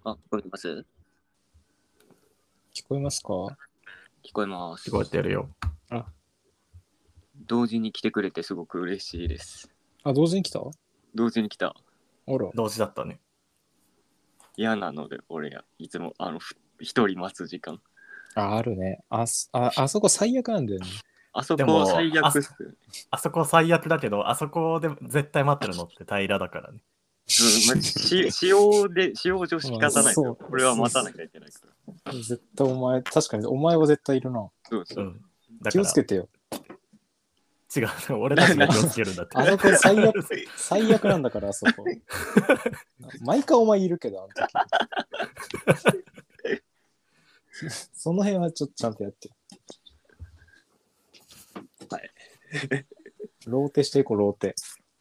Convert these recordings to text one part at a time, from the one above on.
聞こえます？ 聞こえますか？ 聞こえます。 聞こえてるよ。 同時に来てくれてすごく嬉しいです。 あ、同時に来た？ 同時に来た。 あら。 同時だったね。 嫌なので、俺がいつも一人待つ時間。 あるね。あそこ最悪なんだよね。 あそでもこ最悪っすよね。 あそこ最悪だけど、あそこで絶対待ってるのって平らだからね。 使用上仕方ないですよ。 そうこれは待たなきゃいけないから。 絶対お前、確かにお前は絶対いるな。 そうそうう。 ん。だ気からをつけてよ。 違う、俺たちが気をつけるんだって。 あそこ最悪なんだから、あそこ。毎回お前いるけど、あの時。その辺はちょっとちゃんとやってよ。 はい。 ローテしていこう、ローテ。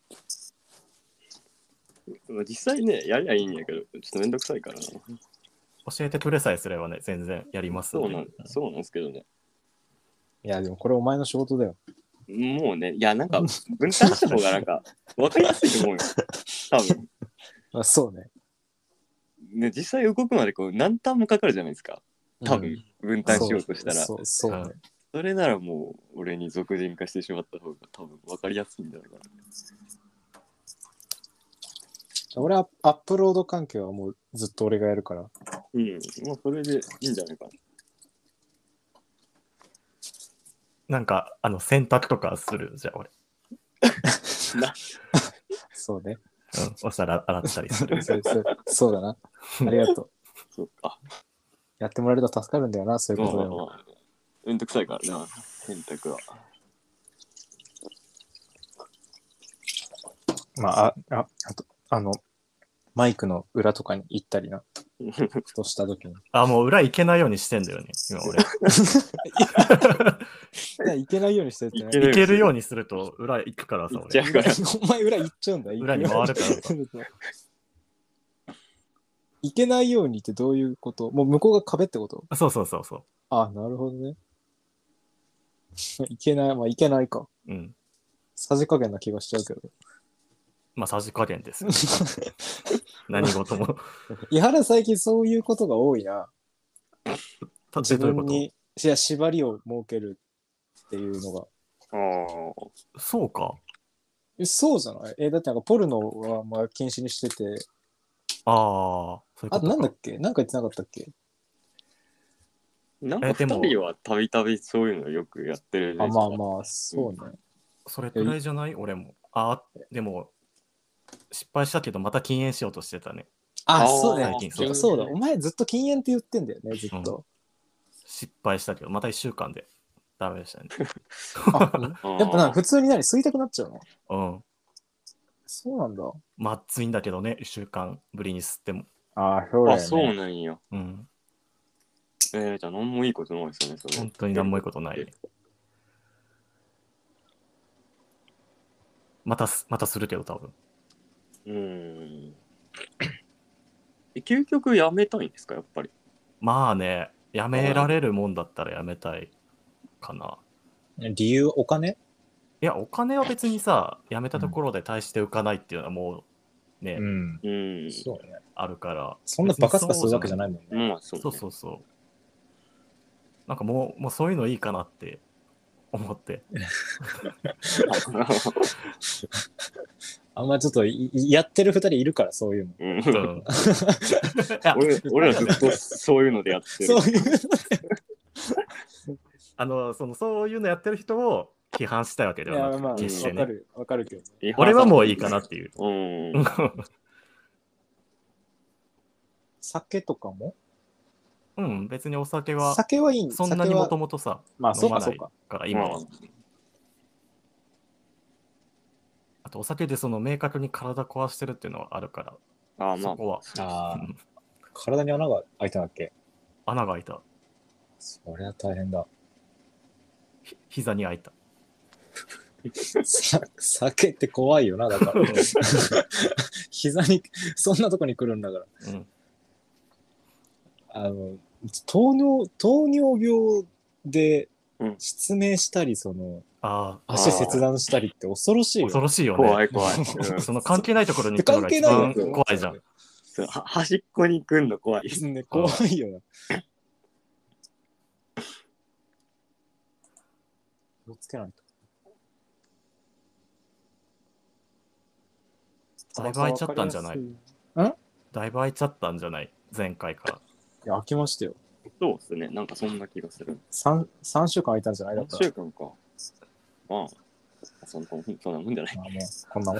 実際ね、やりゃいいんやけど、ちょっとめんどくさいからな。 教えてくれさえすればね、全然やりますそうね。 そうなんですけどね。 いや、でもこれお前の仕事だよ。 もうね、いや、なんか、分担した方がなんか、分かりやすいと思うよ。多分。 あ、そうね。 ね、実際動くまでこう何ターンもかかるじゃないですか。多分、分担しようとしたら。 そうね。 それならもう、俺に属人化してしまった方が多分分かりやすいんだろうな。 俺はアップロード関係はもうずっと俺がやるから。 うん、もうそれでいいんじゃないかな。 なんか、洗濯とかするじゃあ俺。 そうね。 お皿洗ったりする。 そうだな。ありがとう。 そうか。 やってもらえると助かるんだよな、そういうことでも。 めんどくさいからな、洗濯は。 まあ、あと、マイクの裏とかに行ったりな。ふとした時に。 もう裏行けないようにしてんだよね、今俺。 いや、行けないようにしてってね。 行けるようにすると裏行くからさ、俺。 お前裏行っちゃうんだ。 裏に回るからさ。 行けないようにってどういうこと？もう向こうが壁ってこと？ そうそうそうそう。 あ、なるほどね。行けない、まあ行けないか。 うん。 さじ加減な気がしちゃうけど。 まあ、さじ加減ですよ。何事も。 伊原最近そういうことが多いな。自どういうこと？ 分に縛りを設けるっていうのが。 そうか。 そうじゃない？だってなんかポルノはまあ禁止にしてて。 そういうことか。 なんだっけ？なんか言ってなかったっけ？ なんか2人はたびたびそういうのよくやってる。 まあまあ、そうね。 それくらいじゃない？俺も。でも、失敗したけど、また禁煙しようとしてたね。 そうね。 最近そうだ。お前ずっと禁煙って言ってんだよね、ずっと。 失敗したけど、また1週間でダメでしたね。 やっぱ普通に吸いたくなっちゃうの？ うん。 そうなんだ。 まっついんだけどね、1週間ぶりに吸っても。 そうなんや。 うん。 じゃあ何もいいことないですよね、それ。 本当に何もいいことない。またするけど、多分。 究極やめたいんですか、やっぱり。 まあね、やめられるもんだったらやめたいかな。 理由、お金？ いや、お金は別にさ、やめたところで大して浮かないっていうのはもうね、 そうね。 あるから。 そんなバカすかするわけじゃないもんね。 そう。なんかもうそういうのいいかなって思って。 あんまちょっとやってる2人いるから、そういうの。 俺らずっとそういうのでやってる。 そういうのやってる人を批判したいわけではなくて、決してね。 わかるけど。 俺はもういいかなっていう。 酒とかも？ 別にお酒は。 酒はいい。 そんなにもともとさ、飲まないから今は。あとお酒で明確に体壊してるっていうのはあるから、そこは。 体に穴が開いたんだっけ？ 穴が開いた。 そりゃ大変だ。 膝に開いた。 酒って怖いよな、だから。膝に、そんなとこに来るんだから。糖尿病で失明したり、足切断したりって恐ろしいよ。 恐ろしいよね。 怖い。 その関係ないところに行くのが一番怖いじゃん。 そう端っこに来んの怖い。 ね、怖いよな。気をつけないと。 だいぶ空いちゃったんじゃない？だいぶ空いちゃったんじゃない？前回から。 いや、空きましたよ。 そうですね。なんかそんな気がする。 3週間空いたんじゃないだった 3週間か。まあ、そんなもんじゃない。 もうこんなもん。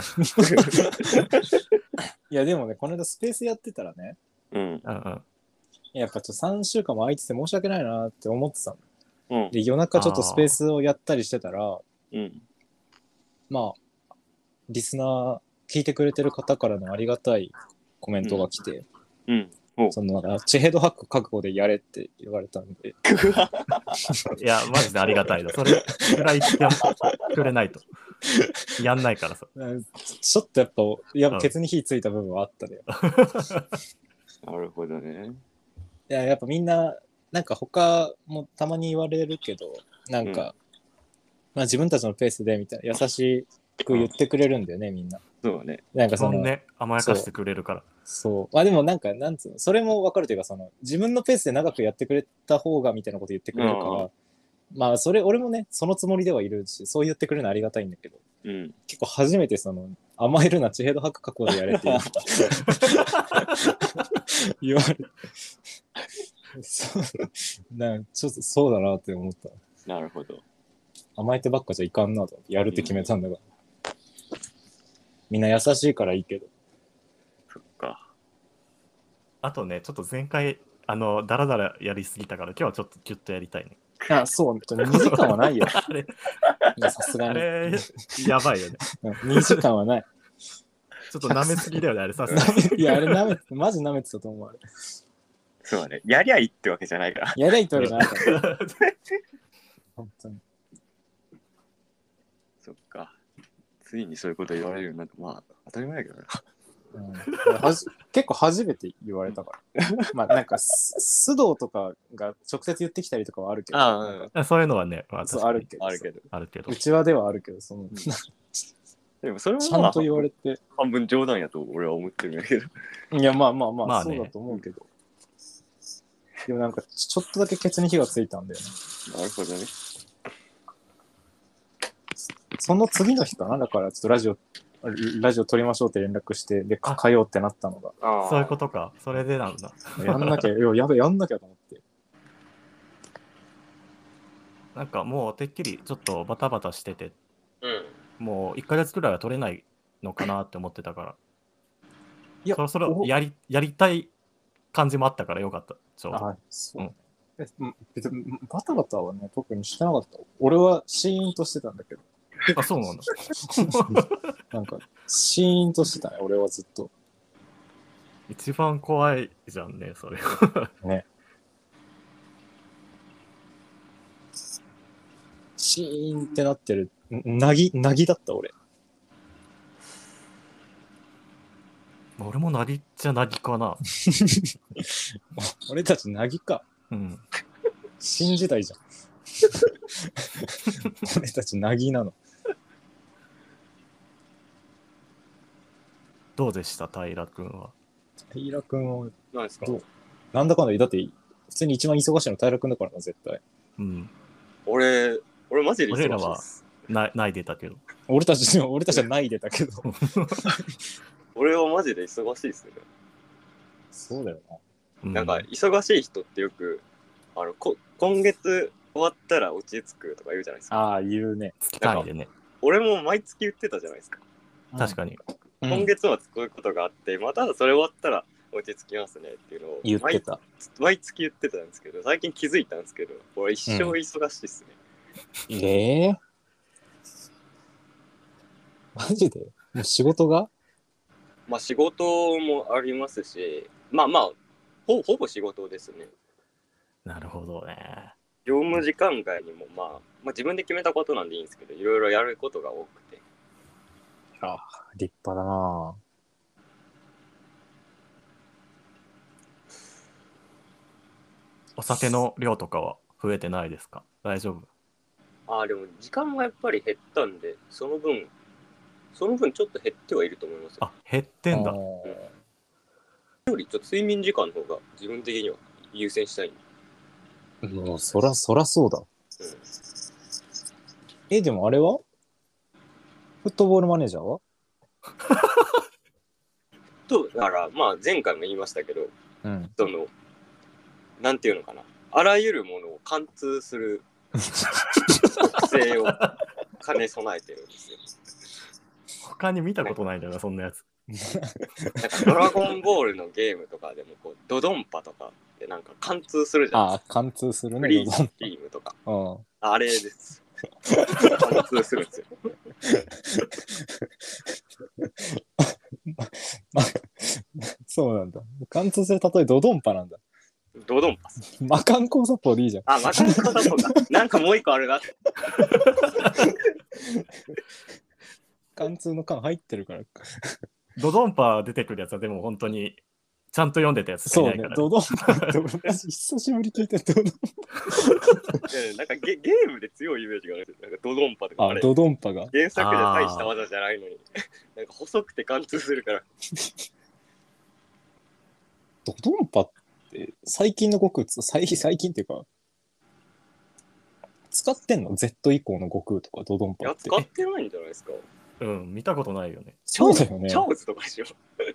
いや、でもね、この間スペースやってたらね、 うん。 やっぱちょっと3週間も空いてて申し訳ないなって思ってたの。 うん。 で、夜中ちょっとスペースをやったりしてたら、 うん。 まあ、リスナー聞いてくれてる方からのありがたいコメントが来て、 うん。 そのなんかチヘドハック覚悟でやれって言われたんで。 いや、マジでありがたいな。それくらい言ってくれないと。やんないからさ。 ちょっとやっぱケツに火ついた部分はあったで。 なるほどね。 いや、やっぱみんな、なんか他もたまに言われるけど、なんか、まあ自分たちのペースでみたいな優しく言ってくれるんだよね、みんな。 そうね。 なんかそのね、甘やかしてくれるから。 そう。まあでもなんか、なんつうの、それもわかるというか、その、自分のペースで長くやってくれた方がみたいなこと言ってくれるから、まあ俺もね、そのつもりではいるし、そう言ってくれるのはありがたいんだけど、結構初めてその、甘えるな、チヘドハック覚悟でやれって言われて、ちょっとそうだなって思った。 なるほど。 甘えてばっかじゃいかんなと、やるって決めたんだから。みんな優しいからいいけど。 そっか。あとね、ちょっと前回、だらだらやりすぎたから、今日はちょっとキュッとやりたいね。 あ、そう、2時間はないよ。 あれ、 さすがに。 あれ、やばいよね。 2時間はない。 ちょっと舐めすぎだよね、あれさすがに。 いや、あれマジ舐めてたと思う、あれ。 そうだね。やりゃいいってわけじゃないから。 やりゃいいってわけじゃないから。本当に。 そっか。ついにそういうこと言われるようになって、まあ、当たり前だけどな。 結構初めて言われたから。まあなんか、須藤とかが直接言ってきたりとかはあるけど。 そういうのはね、 そうあるけど。 あるけど。 うちわではあるけど、その、 でもそれもちゃんと言われて。 半分冗談やと俺は思ってるんだけど。 いや、まあ、そうだと思うけど。でもなんか、ちょっとだけケツに火がついたんだよね。 なるほどね。 その次の日かな、だからちょっとラジオ撮りましょうって連絡して、で、火曜ってなったのが。 そういうことか。それでなんだ。 やんなきゃ、やべ、やんなきゃと思って。 なんかもうてっきりちょっとバタバタしてて、もう1ヶ月くらいは撮れないのかなって思ってたから。いや、そろやりたい感じもあったからよかった。ちょうど。 あ、そう。別にバタバタはね、特にしてなかった。俺はシーンとしてたんだけど。 あ、そうなんだ。 なんか、シーンとしてたね、俺はずっと。 一番怖いじゃんね、それ。 ね。シーンってなってる。なぎだった、俺。 俺もなぎっちゃなぎかな。 俺たちなぎか。 うん。 新時代じゃん。俺たちなぎなの。 どうでした、平くんは。 平くんは、 何ですか？ なんだかんだ、だって、普通に一番忙しいの平くんだからな、絶対。 うん。 俺マジで忙しいです。 俺らはないでたけど。 俺たちはないでたけど。 俺はマジで忙しいですね。 そうだよな。なんか、忙しい人ってよく、今月終わったら落ち着くとか言うじゃないですか。 ああ、言うね。 月単位でね。 俺も毎月言ってたじゃないですか。 確かに。 今月末こういうことがあって、まあ、ただそれ終わったら落ち着きますねっていうのを言ってた。 毎月言ってたんですけど、最近気づいたんですけど、俺一生忙しいっすね。マジで？もう仕事が？ まあ仕事もありますし、まあ、ほぼ仕事ですね。 なるほどね。 業務時間外にも、まあ自分で決めたことなんでいいんですけど、いろいろやることが多くて。 あ、立派だな。 お酒の量とかは増えてないですか？大丈夫？ でも時間がやっぱり減ったんで、その分ちょっと減ってはいると思います。 あ、減ってんだ。 よりちょっと睡眠時間の方が自分的には優先したい。 もうそらそうだ。 うん、 でもあれはフットボールマネージャーはだからまあ前回も言いましたけど、 うん。 そのなんていうのかな、あらゆるものを貫通する特性を兼ね備えてるんですよ。 他に見たことないんだよな、そんなやつ。 なんかドラゴンボールのゲームとかでもこうドドンパとかってなんか貫通するじゃないですか。 貫通するね。 フリーズチームとか。あれです。貫通するんですよ。 そうなんだ。貫通する例えドドンパなんだ。 ドドンパ。 魔漢光殺法でいいじゃん。 魔漢光殺法か。なんかもう一個あるなって。 貫通の缶入ってるから。 ドドンパ出てくるやつはでも本当にちゃんと読んでたやつしかいないから、ね。 ドドンパって俺久しぶり聞いたドドンパ。なんかゲームで強いイメージがあるんですよ。なんかドドンパとか。 ドドンパが。 原作で大した技じゃないのに。なんか細くて貫通するから。 ドドンパって最近の悟空、最近っていうか、使ってんの ?Z 以降の悟空とかドドンパって。 いや、使ってないんじゃないですか。 うん、見たことないよね。 そうだよね。 チャオズとかでしょ。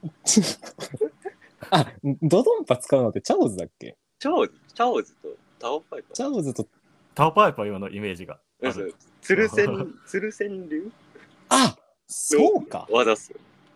ドドンパ使うのってチャオズだっけ？ チャオズとタオパイパー。 チャオズとタオパイパー用のイメージがある。 ツルセン流？ そうか。 技っすよ。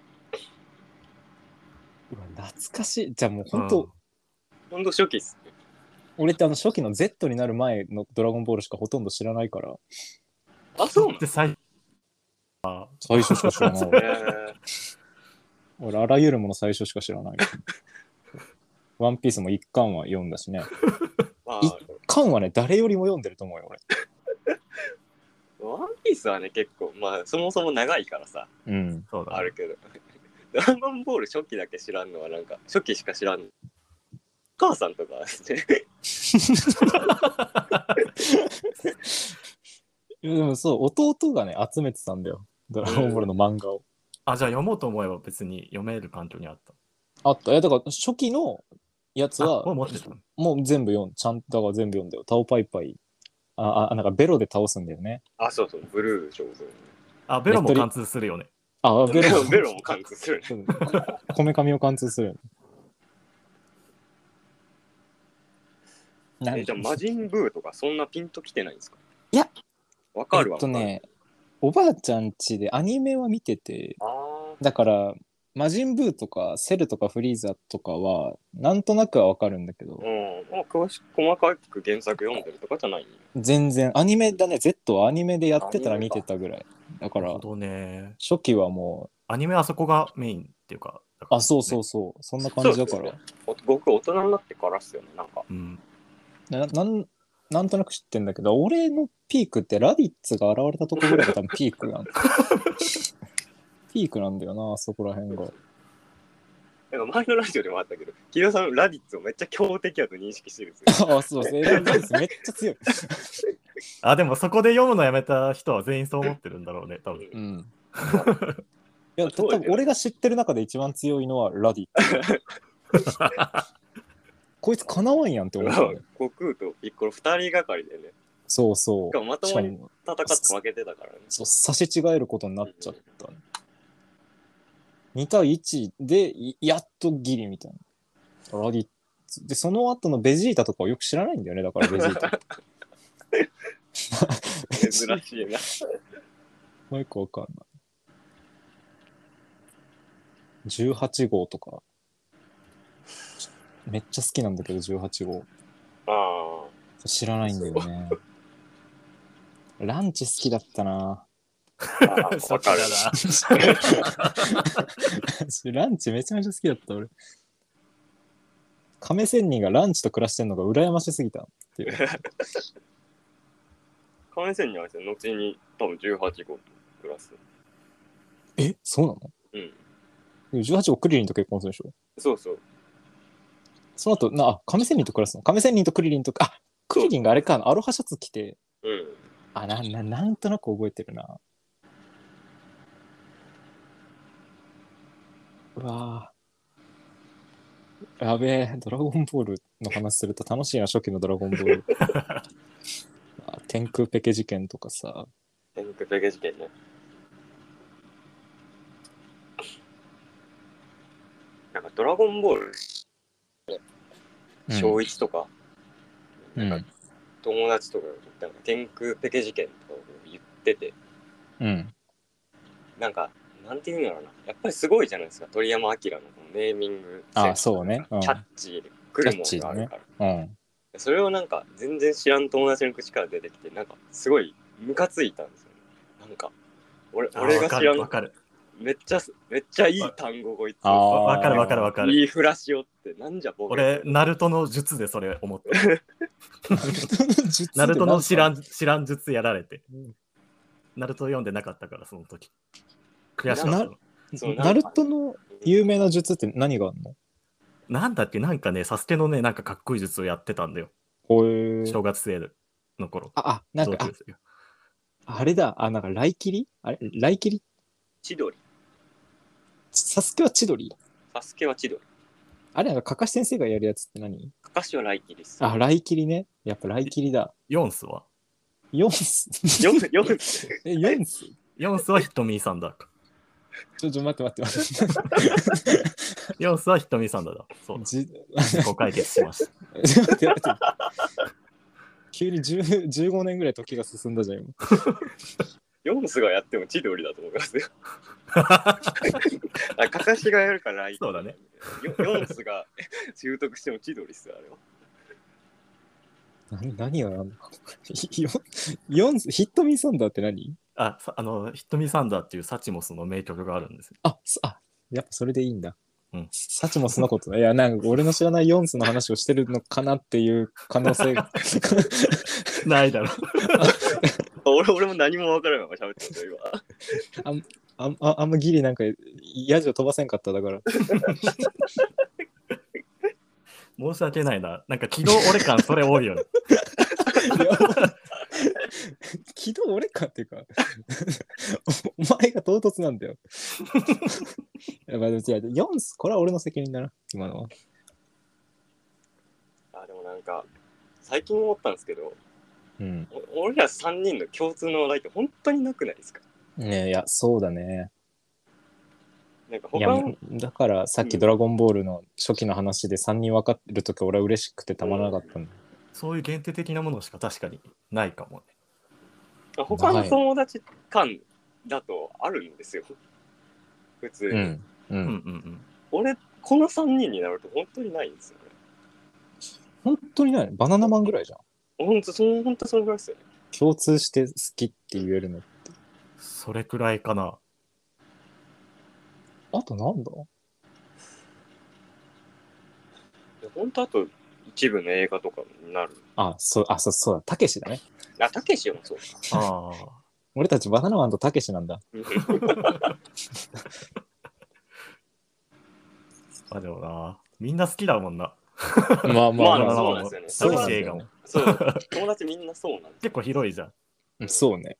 懐かしい。じゃあもう本当初期っすね。 俺って初期の Z になる前のドラゴンボールしかほとんど知らないから。 そうなん？ 最初しか知らない。俺あらゆるもの最初しか知らない。ワンピースも一巻は読んだしね。一巻はね、誰よりも読んでると思うよ、 俺。ワンピースはね、結構、まあ、そもそも長いからさ、 そうだ、 あるけど。ドラゴンボール初期だけ知らんのは、なんか、初期しか知らんの。お母さんとかですね。 でもそう、弟がね、集めてたんだよ。ドラゴンボールの漫画を。 じゃあ読もうと思えば別に読める環境にあった。 あった。だから初期のやつは、 もう全部だから全部読んだよ。タオパイパイ。なんかベロで倒すんだよね。 そう、ブルー上手。 ベロも貫通するよね。 ベロも貫通する。 こめかみを貫通する。 じゃあ魔人ブーとかそんなピンときてないんですか？ いや、 わかるわ。 おばあちゃん家でアニメは見てて、だから魔人ブーとかセルとかフリーザとかはなんとなくはわかるんだけど、 細かく原作読んでるとかじゃない？ 全然アニメだね。 Z はアニメでやってたら見てたぐらいだから、初期はもうアニメはそこがメインっていうか、 そうそんな感じだから、 僕大人になってからっすよね。 なんとなく知ってんだけど、俺のピークってラディッツが現れたとこぐらいが多分ピークなんだ。ピークなんだよな、そこら辺が。 なんか前のラジオでもあったけど、木戸さんラディッツをめっちゃ強敵やと認識してるんですよ。 そうですね。ラディッツめっちゃ強い。 でもそこで読むのやめた人は全員そう思ってるんだろうね、多分。 いや、多分俺が知ってる中で一番強いのはラディッツ。こいつかなわんやんって思った、ね。 悟空とピッコロ2人がかりでね。 そう。 まともに戦って負けてたからね。 差し違えることになっちゃった、ね。2対1でやっとギリみたいな。ラディッツ。で、その後のベジータとかをよく知らないんだよね、だからベジータ。 珍しいな。 もう一個わかんない。18号とか。めっちゃ好きなんだけど、18号。知らないんだよね。ランチ好きだったな。 わかるな。ランチめちゃめちゃ好きだった、俺。亀仙人がランチと暮らしてんのが羨ましすぎたっていう。 亀仙人は後に多分18号と暮らす。 そうなの？18号クリリンと結婚するでしょ？そう。その後、亀仙人と暮らすの？亀仙人とクリリンとか、クリリンがあれか、アロハシャツ着て、なんとなく覚えてるな。うわやべえ、ドラゴンボールの話すると楽しいな、初期のドラゴンボール。天空ペケ事件とかさ。 天空ペケ事件ね。なんかドラゴンボール、小1とか、なんか友達とかが天空ペケ事件とかを言ってて、なんか、なんていうんだろうな。やっぱりすごいじゃないですか。鳥山明のネーミングセンス。 あ、そうね。 キャッチーで来るものがあるから。それをなんか全然知らん友達の口から出てきて、なんかすごいムカついたんですよね。なんか、俺が知らん。 わかる。 めっちゃいい単語こいつ。 わかる。 いいフラッシュをって、なんじゃボケ。 俺、ナルトの術でそれ思った。ナルトの知らん術やられて。ナルト読んでなかったから、その時。悔しかったの。 ナルトの有名な術って何があるの？ なんだっけ、なんかね、サスケのね、なんかかっこいい術をやってたんだよ。小学生の頃。 なんか、あれだ、なんか、ライキリ千鳥。 サスケは千鳥？ サスケは千鳥。 あれ、かかし先生がやるやつって何？ かかしはライキリです。 ライキリね。やっぱライキリだ。 ヨンスはヨンスはヒトミーサンダーか。 ちょ、待って。 ヨンスはヒトミーサンダーだ。そう。自己解決しました。待って。 急に15年ぐらい時が進んだじゃん、今。 ヨンスがやっても千鳥だと思いますよ。かかしがやるからライキリ。 そうだね。 ヨンスが習得しても千鳥っすよ、あれは。 何がなんだヨンス、ヒットミーサンダーって何？ ヒットミーサンダーっていうサチモスの名曲があるんですよ。 やっぱそれでいいんだ。 サチモスのことね。いや、なんか俺の知らないヨンスの話をしてるのかなっていう可能性がないだろ俺も何も分からないまま喋ってるよ、 今。あんまギリなんかヤジを飛ばせんかっただから。 申し訳ないな。なんか軌道俺感それ多いよね。 軌道俺かっていうかお前が唐突なんだよ。やばい、4これは俺の責任だな、今のは。 でもなんか最近思ったんですけど、俺ら3人の共通の話題って本当になくないですか？ ねえ、いや、そうだね。 なんか他のだからさっきドラゴンボールの初期の話で3人分かるとき俺は嬉しくてたまらなかったんだ。 そういう限定的なものしか確かにないかもね。 他の友達間だとあるんですよ、普通に。俺この3人になると本当にないんですよね。 本当にない。バナナマンぐらいじゃん。 本当そのぐらいですよね。 共通して好きって言えるのってそれくらいかな。 あとなんだ？ 本当あと一部の映画とかになる。 そうだ、たけしだね。 たけしもそうか。俺たちバナナマンとたけしなんだ。 でもな、みんな好きだもんな。 まあそうなんですよね。 たけし映画も。 そう、友達みんなそうなんです。 結構広いじゃん。 そうね。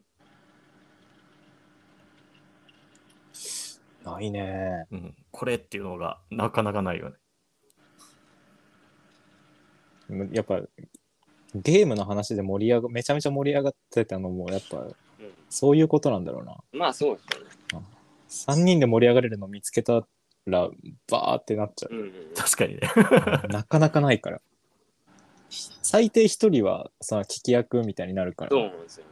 ないね。 これっていうのがなかなかないよね。 やっぱゲームの話でめちゃめちゃ盛り上がってたのもやっぱ、そういうことなんだろうな。 まあそうですね。3人で盛り上がれるの見つけたらバーってなっちゃう。 確かにね。 なかなかないから。最低1人はさ聞き役みたいになるから。 そうなんですよね。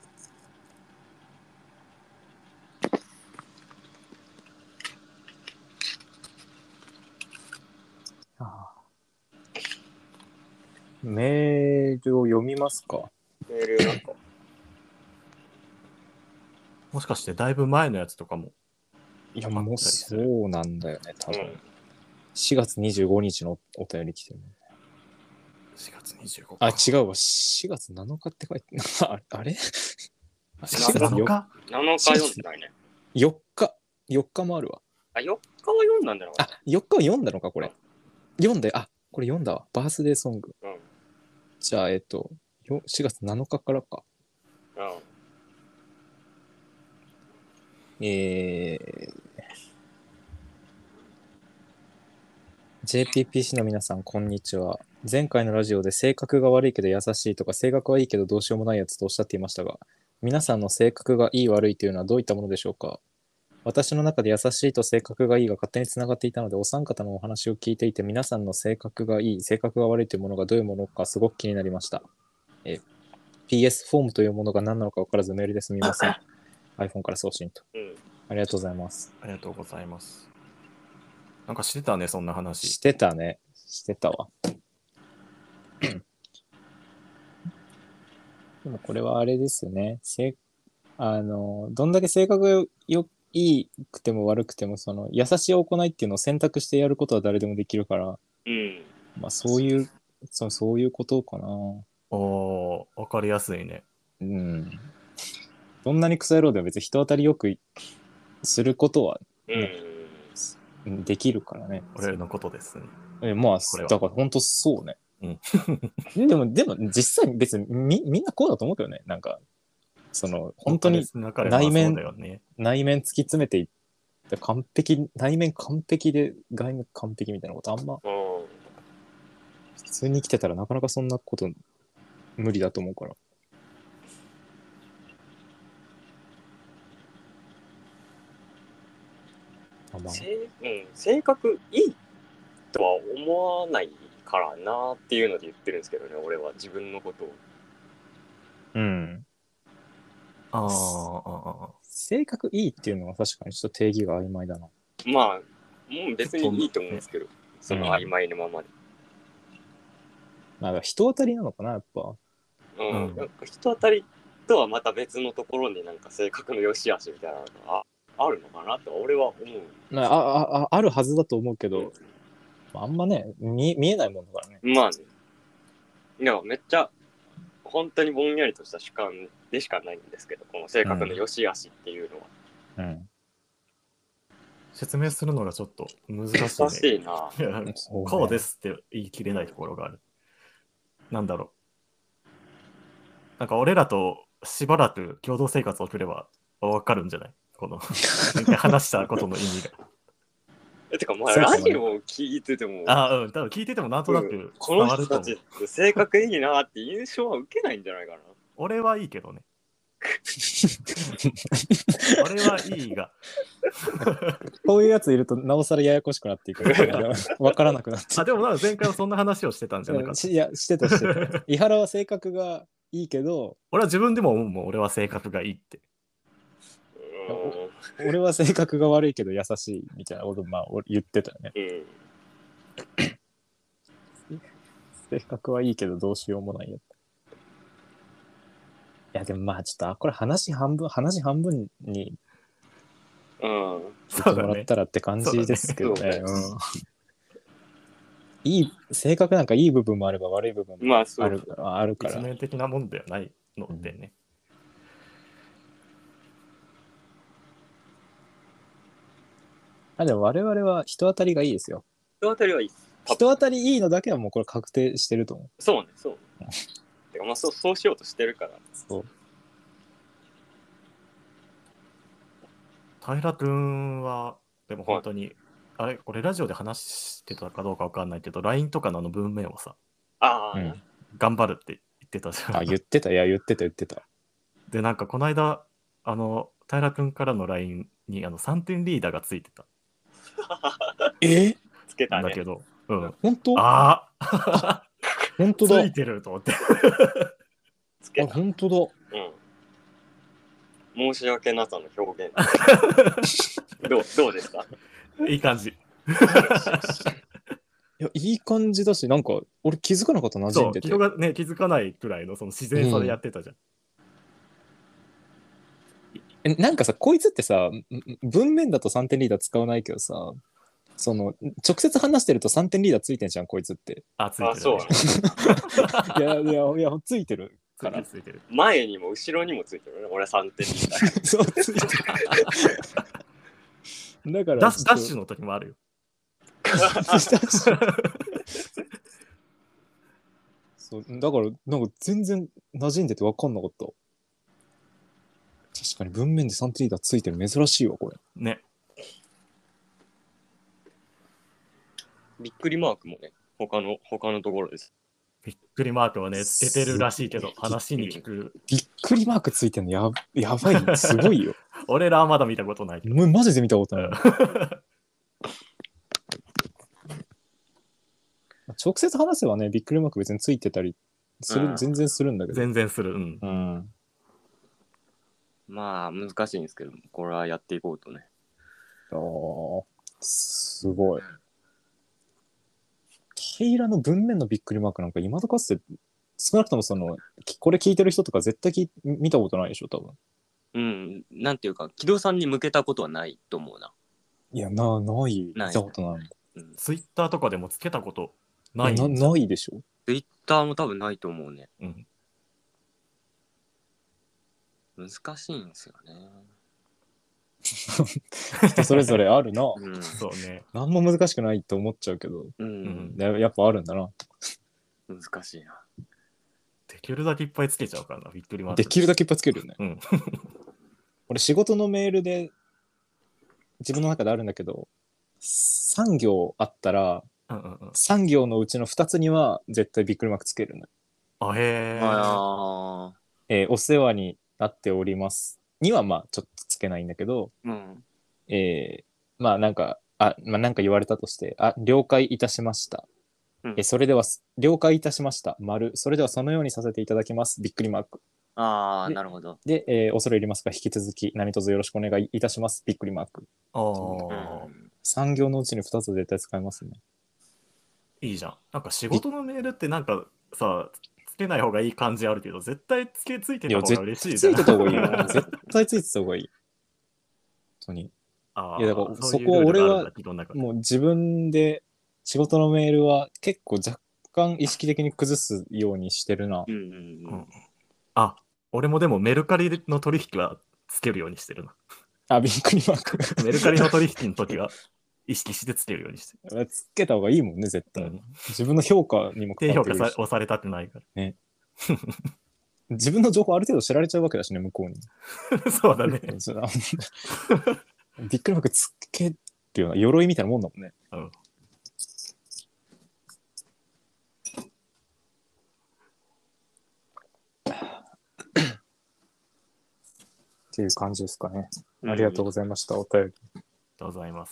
メールを読みますか。 メールなんかもしかしてだいぶ前のやつとかも。 いや、もうそうなんだよね、多分。4月25日のお便り来てるね。 4月25 日。違うわ。4月7日って書いてあれ ?4 月7日 ?7 日読んでないね。 4日もあるわ。 4日は読んだんだろう。 4日は読んだのか、これ。読んで、これ読んだわ。バースデーソング。じゃあ、4月7日からか。 JPPC の皆さん、こんにちは。前回のラジオで性格が悪いけど優しいとか、性格はいいけどどうしようもないやつとおっしゃっていましたが、皆さんの性格がいい悪いというのはどういったものでしょうか？私の中で優しいと性格がいいが勝手につながっていたので、お三方のお話を聞いていて、皆さんの性格がいい、性格が悪いというものがどういうものかすごく気になりました。PS フォームというものが何なのか分からずメールですみません。iPhone から送信と。ありがとうございます。 ありがとうございます。なんかしてたね、そんな話。 してたね。してたわ。でもこれはあれですよね。どんだけ性格がいくても悪くても、その優しい行いっていうのを選択してやることは誰でもできるから、まあそういうことかな。 おー、わかりやすいね。 うん。どんなにクソ野郎でも別に人当たりよくすることは、ね、できるからね。 俺のことですね。まあ、だから本当そうね。でも実際別にみんなこうだと思うけどね。なんか、その本当に内面突き詰めていって内面完璧で外面完璧みたいなことあんま普通に生きてたらなかなかそんなこと無理だと思うから。 性格いいとは思わないからなっていうので言ってるんですけどね、俺は自分のことを。 性格いいっていうのは確かにちょっと定義が曖昧だな。 まあ、もう別にいいと思うんですけど、その曖昧なままで。 なんか人当たりなのかな、やっぱ。 なんか人当たりとはまた別のところになんか性格の良し悪しみたいなのがあるのかなと俺は思う。 あるはずだと思うけど、あんまね、見えないもんだからね。 まあね。いや、めっちゃ本当にぼんやりとした主観でしかないんですけど、この性格の良し悪しっていうのは。 説明するのがちょっと難しいね。 難しいな。 こうですって言い切れないところがある。なんだろう。なんか俺らとしばらく共同生活を送れば分かるんじゃない？この話したことの意味が。 てかまあラジオを聞いてても、 多分聞いててもなんとなくこの人たちって性格いいなって印象は受けないんじゃないかな。 俺はいいけどね。俺はいいが。 こういうやついるとなおさらややこしくなっていくから分からなくなって。 でもなんか前回はそんな話をしてたんじゃなかった。 いや、してた。伊原は性格がいいけど、 俺は自分でも思うもん、俺は性格がいいって。 俺は性格が悪いけど優しいみたいなこと、まあ、言ってたよね。性格はいいけどどうしようもないや。いや、でもまあちょっとこれ話半分にしてもらったらって感じですけどね。いい性格なんかいい部分もあれば悪い部分もあるから。 一面的なもんではないのでね。 でも我々は人当たりがいいですよ。 人当たりはいい。 人当たりいいのだけはもうこれ確定してると思う。 そうね。てかまあそうしようとしてるから。 そう。 平君はでも本当に、あれこれラジオで話してたかどうかわかんないけど LINE とかの文面をさ、頑張るって言ってたじゃん。 言ってた。 でなんかこの間平君からの LINE に3点リーダーがついてた。 つけたね。 だけど、 本当？本当だ。 ついてると思って。 つけた。 本当だ。 申し訳なさの表現。どうですか？ いい感じ。 いや、いい感じだし、なんか俺気づかなかった、馴染んでて。 人がね、気づかないくらいのその自然さでやってたじゃん。 なんかさ、こいつってさ、文面だと3点リーダー使わないけどさ、その直接話してると3点リーダーついてんじゃん、こいつって。 ついてる、ね。 そう。 いや、ついてるから。 ついてる。 前にも後ろにもついてるね。俺3点リーダー。 そう、ついてる。だからダッシュの時もあるよ。 そうだからなんか全然馴染んでて分かんなかった。確かに文面で3点リーダーついてる珍しいわこれ。 ね。 びっくりマークもね、他のところです。 びっくりマークはね、つけてるらしいけど、話に聞く。 びっくりマークついてんのやばい、すごいよ。 俺らはまだ見たことないけど。 マジで見たことない。直接話せばね、びっくりマーク別についてたりする、全然するんだけど。 全然する。 まあ、難しいんですけど、これはやっていこうとね。 すごい。平らの文面のびっくりマークなんか今とかつて少なくともこれ聞いてる人とか絶対見たことないでしょ多分。なんていうか木戸さんに向けたことはないと思うな。 いやない見たことない。 ツイッターとかでもつけたことないないでしょ。 ツイッターも多分ないと思うね。難しいんですよね。 人それぞれあるな。 そうね。 何も難しくないと思っちゃうけど、やっぱあるんだな。 難しいな。 できるだけいっぱいつけちゃうからな、びっくりマーク。 できるだけいっぱいつけるよね。俺仕事のメールで自分の中であるんだけど、3行あったら、3行のうちの2つには絶対びっくりマークつけるの。お世話になっておりますにはまあちょっとつけないんだけど、まあなんかなんか言われたとして、了解いたしました。それでは了解いたしましたそれではそのようにさせていただきますびっくりマーク。 なるほど。 で、恐れ入りますが引き続き何卒よろしくお願いいたしますびっくりマーク。3行のうちに2つ絶対使いますね。 いいじゃん。なんか仕事のメールってなんかさ、つけない方がいい感じあるけど、絶対ついてた方が嬉しいじゃん。 ついてた方がいいよ。絶対ついてた方がいい。本当に。いやだからそこは俺はもう自分で仕事のメールは結構若干意識的に崩すようにしてるな。 俺もでもメルカリの取引はつけるようにしてるな。 びっくりマーク。 メルカリの取引の時は意識してつけるようにしてる。つけた方がいいもんね、絶対。自分の評価にも関わってくるし。低評価押されたくないから。ね。 自分の情報ある程度知られちゃうわけだしね、向こうに。 そうだね。 びっくりマークつけるような鎧みたいなもんだもんね。っていう感じですかね。ありがとうございました、お便り。 ありがとうございます。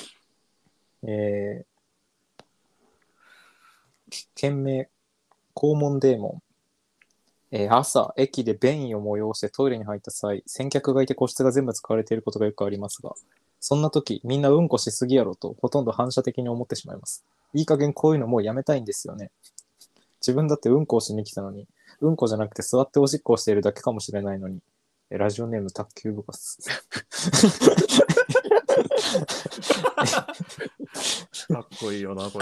件名、肛門デーモン。朝、駅で便意を催してトイレに入った際、先客がいて個室が全部使われていることがよくありますが、そんな時、みんなうんこしすぎやろと、ほとんど反射的に思ってしまいます。いい加減こういうのもうやめたいんですよね。自分だってうんこをしに来たのに、うんこじゃなくて座っておしっこをしているだけかもしれないのに、ラジオネーム卓球部活。 かっこいいよな、これ。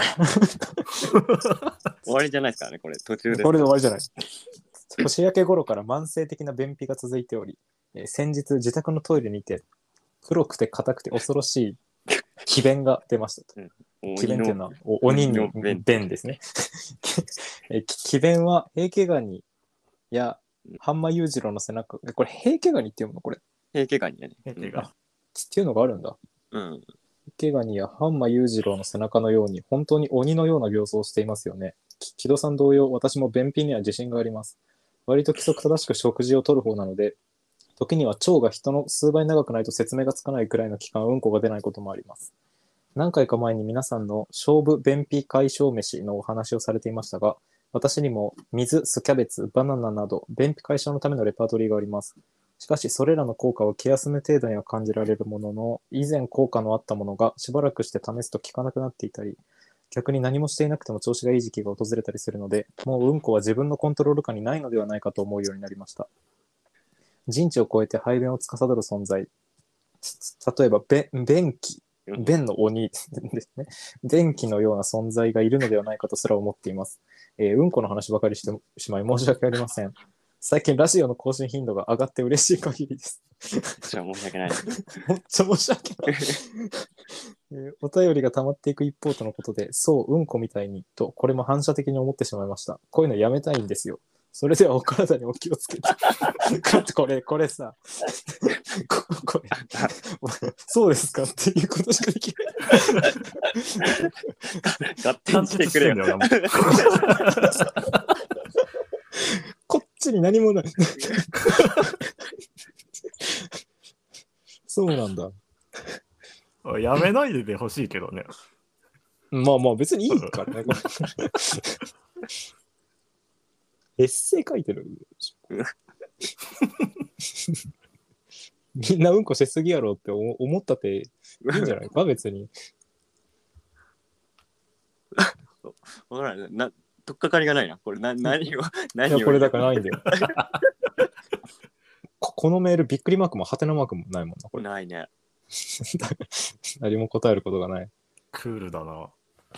終わりじゃないですからね、これ。途中です。 これで終わりじゃない。年明け頃から慢性的な便秘が続いており、先日自宅のトイレにて黒くて硬くて恐ろしい気便が出ましたと。気便っていうのは鬼に便ですね。気便は平家ガニや半間裕次郎の背中、これ平家ガニって読むのこれ。 平家ガニやね。 っていうのがあるんだ。平家ガニや半間裕次郎の背中のように本当に鬼のような形相をしていますよね。木戸さん同様、私も便秘には自信があります。割と規則正しく食事をとる方なので、時には腸が人の数倍長くないと説明がつかないくらいの期間うんこが出ないこともあります。何回か前に皆さんの勝負便秘解消飯のお話をされていましたが、私にも水、酢キャベツ、バナナなど便秘解消のためのレパートリーがあります。しかしそれらの効果は気休め程度には感じられるものの、以前効果のあったものがしばらくして試すと効かなくなっていたり、逆に何もしていなくても調子がいい時期が訪れたりするので、もううんこは自分のコントロール下にないのではないかと思うようになりました。人知を超えて排便を司る存在、例えば便器、便の鬼ですね。便器のような存在がいるのではないかとすら思っています。うんこの話ばかりしてしまい申し訳ありません。最近ラジオの更新頻度が上がって嬉しい限りです。 じゃあ申し訳ない。 めっちゃ申し訳ない。お便りが溜まっていく一方とのことで、そう、うんこみたいにと、これも反射的に思ってしまいました。こういうのやめたいんですよ。 それではお体にお気をつけて。これさ、これ、そうですかっていうことしかできない。 勝手にしてくれよ。 こっちに何もない。そうなんだ。 やめないでほしいけどね。 まあまあ別にいいからね。エッセイ書いてる。みんなうんこしすぎやろって思ったっていいんじゃないか別に。 ほら、とっかかりがないな。これ何をいやこれだからないんだよ。このメールびっくりマークもハテナマークもないもんな。これないね。 何も答えることがない。 クールだな。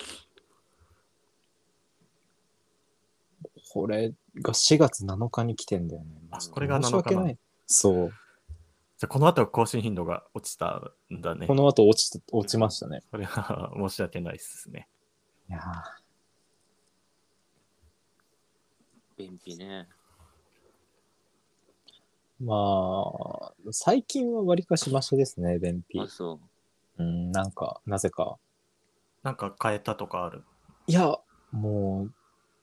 これが4月7日に来てんだよね。 これが7日なの。 そう。 じゃこの後更新頻度が落ちたんだね。 この後落ちましたね。 それは申し訳ないですね。 いや便秘ね。 まあ、最近はわりかしマシですね、便秘。 あ、そう。 なんか、なぜか。 なんか変えたとかある？ いや、もう、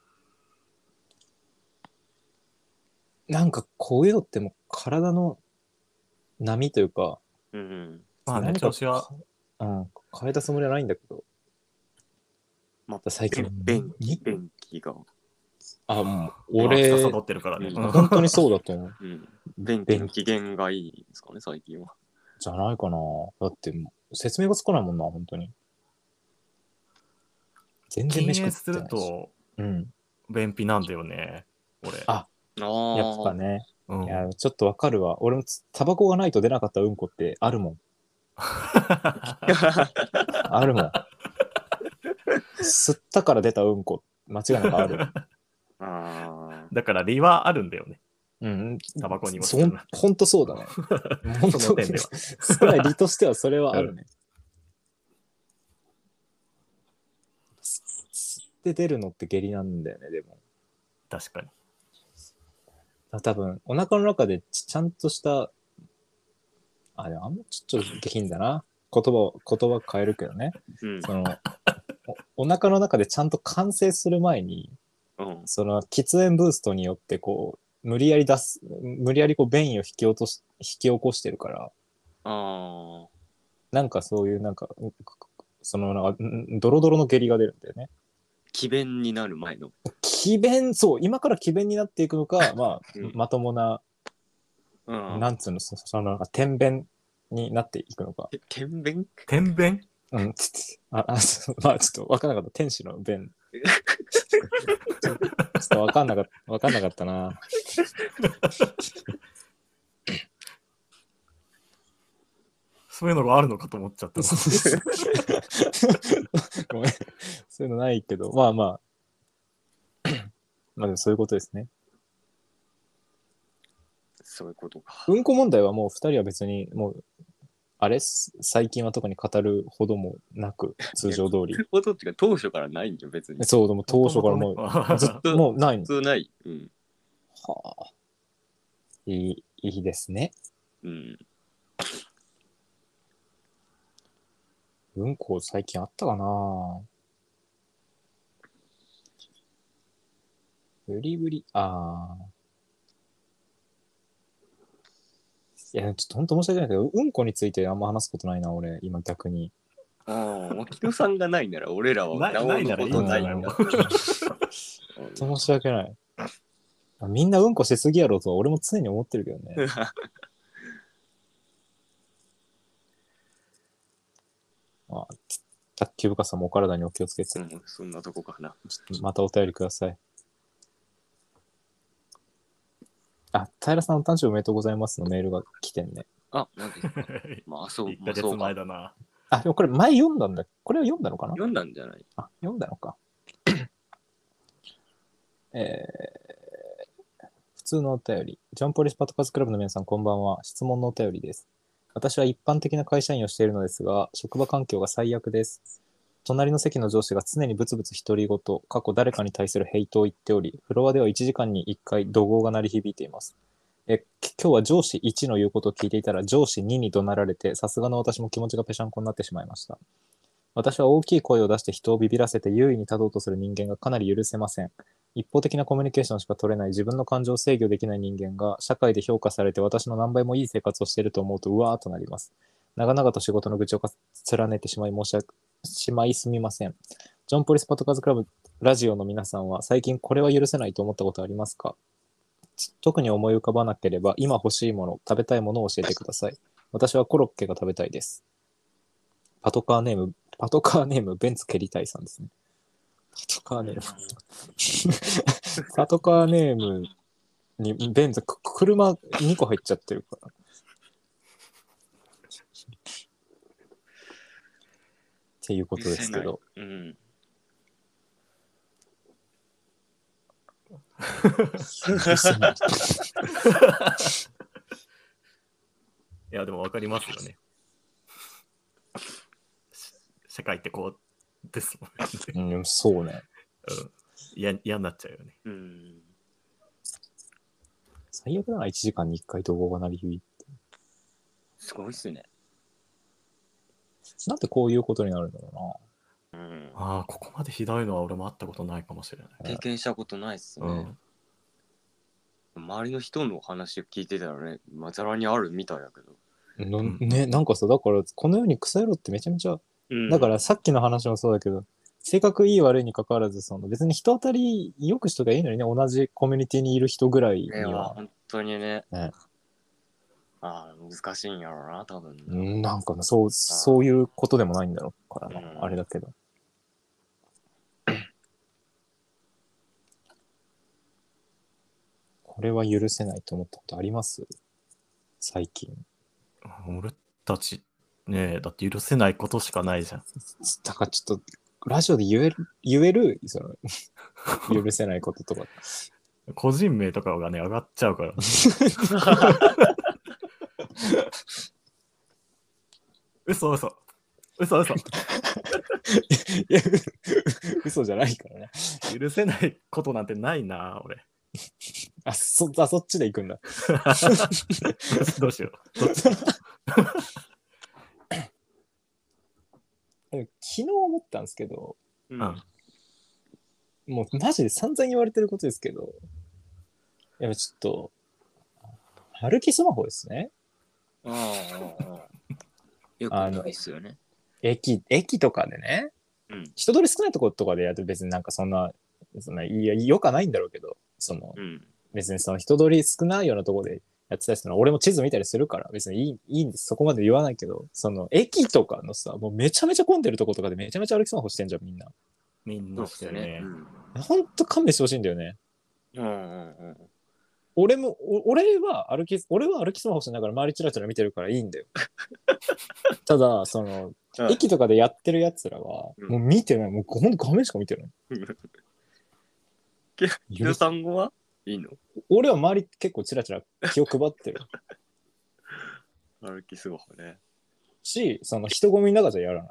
なんかこういうのってもう体の波というか、 まあね、調子は。 変えたつもりはないんだけど。 まあ、最近。 便器が。 もう、俺、 サってるからね。 本当にそうだと思う。 便器の機嫌がいいですかね、最近は。 じゃないかな。だって、説明がつかないもんな、本当に。全然飯食ってないし。 すると、便秘なんだよね、俺。 やっぱね。いや、ちょっとわかるわ。俺もタバコがないと出なかったうんこってあるもん。あるもん。吸ったから出たうんこ、間違いなくある。 だから理はあるんだよね。タバコにも。 ほんとそうだね。本当その点では。 少ない理としてはそれはあるね。吸って出るのって下痢なんだよね、でも。 確かに。 多分、お腹の中でちゃんとした、でもあんまちょっと下品だな。言葉変えるけどね。そのお腹の中でちゃんと完成する前に、その喫煙ブーストによってこう無理やりこう便意を引き起こしてるから、なんかそういうなんかそのなんかドロドロの下痢が出るんだよね。 気便になる前の。 そう、今から気便になっていくのか、まあ、まともな、なんつうの、その天便になっていくのか。 天便？ 天便？ まあちょっと分からなかった。天使の便。ちょっと分かんなかったな。 そういうのがあるのかと思っちゃった。 ごめん。そういうのないけど、まあまあでもそういうことですね。 そういうことか。 うんこ問題はもう2人は別にもう最近は特に語るほどもなく通常通り。 ほどっていうか当初からないんじゃ別に。 そうでも当初からもうずっともうないの。 普通ない。 はあ。いいですね。うんこ最近あったかな。ブリブリ、いや、ちょっと本当申し訳ないけど、うんこについてあんま話すことないな、俺、今逆に。 牧野さんがないなら、俺らはないならいいんだよ。 申し訳ない。みんなうんこしすぎやろとは俺も常に思ってるけどね。卓球部家さんもお体にお気をつけて。 そんなとこかな。 またお便りください。平さんお誕生日おめでとうございますのメールが来てんね。 なんでそう。 1ヶ月前だな。 でもこれ前読んだんだ。これは読んだのかな？ 読んだんじゃない？ 読んだのか。普通のお便り。ジョンポリスパトカズクラブの皆さんこんばんは。質問のお便りです。私は一般的な会社員をしているのですが、職場環境が最悪です。 隣の席の上司が常にブツブツ独り言、過去誰かに対するヘイトを言っており、フロアでは1時間に1回怒号が鳴り響いています。今日は上司1の言うことを聞いていたら上司2に怒鳴られて、さすがの私も気持ちがぺしゃんこになってしまいました。私は大きい声を出して人をビビらせて優位に立とうとする人間がかなり許せません。一方的なコミュニケーションしか取れない自分の感情を制御できない人間が社会で評価されて私の何倍もいい生活をしていると思うとうわーっとなります。長々と仕事の愚痴を連ねてしまいすみません。ジョンポリスパトカーズクラブラジオの皆さんは最近これは許せないと思ったことありますか？特に思い浮かばなければ今欲しいもの、食べたいものを教えてください。私はコロッケが食べたいです。パトカーネームベンツ蹴りたいさんですね。パトカーネームパトカーネームにベンツ車2個入っちゃってるから。っていうことですけど。うん。 いやでも分かりますよね。世界ってこうですもんね。 うん、そうね。 嫌になっちゃうよね。 最悪だな、1時間に1回動画が鳴り響いて。 すごいっすね。 なんでこういうことになるんだろうな。ああ、ここまでひどいのは俺も会ったことないかもしれない。 経験したことないっすね。周りの人の話を聞いてたらね、ざらにあるみたいだけど。 ね、なんかさ、だからこの世に草野郎ってめちゃめちゃ、だからさっきの話もそうだけど、性格いい悪いに関わらず、別に人当たりよくしときゃいいのにね、同じコミュニティにいる人ぐらいには。 本当にね。難しいんやろうな、多分。 なんかね、そういうことでもないんだろうからな、あれだけど。これは許せないと思ったことあります？最近。 俺たちね、だって許せないことしかないじゃん。 だからちょっとラジオで言える許せないこととか。 個人名とかがね上がっちゃうから。嘘。いや嘘じゃないからね。 許せないことなんてないな、俺。 そっちで行くんだ。 どうしよう。 昨日思ったんですけど、もうマジで散々言われてることですけど、やっぱちょっと、歩きスマホですね。 よくないっすよね。 駅とかでね、人通り少ないところとかでやると別になんかそんな、よくはないんだろうけど、別に人通り少ないようなところでやってたりするのは、俺も地図見たりするから別にいいんです。そこまで言わないけど、駅とかのさ、もうめちゃめちゃ混んでるとことかでめちゃめちゃ歩きスマホしてんじゃん、みんな。 みんなしてね。 ほんと勘弁してほしいんだよね。俺は歩きスマホしながら周りチラチラ見てるからいいんだよ。ただ、駅とかでやってるやつらは、もう見てない。もうほんと画面しか見てない。 ゆうさん語はいいの？ 俺は周り結構チラチラ気を配ってる。 歩きスマホね。 し、人混みの中じゃやらない。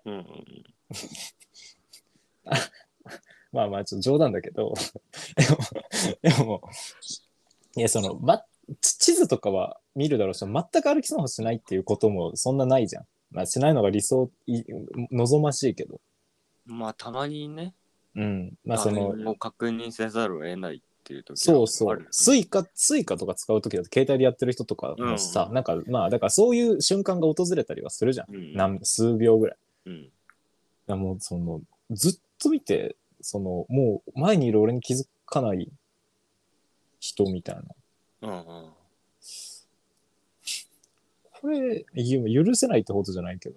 まあちょっと冗談だけどでもいや地図とかは見るだろうし、全く歩きスマホしないっていうこともそんなないじゃん。まあしないのが望ましいけど。 まあたまにね。 まあもう確認せざるを得ないっていう時はそう。スイカとか使う時だと携帯でやってる人とかもさ、なんかまあだからそういう瞬間が訪れたりはするじゃん。数秒ぐらい。もうずっと見て、もう前にいる俺に気づかない人みたいな。これ、許せないってことじゃないけど、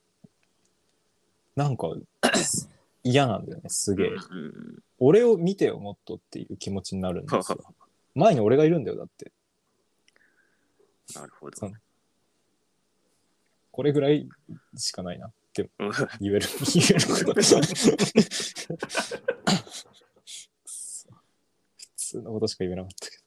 なんか嫌なんだよね、すげえ。俺を見てよ、もっとっていう気持ちになるんですよ。前に俺がいるんだよ、だって。 なるほど。 これぐらいしかないなって言えること。普通のことしか言えなかったけど。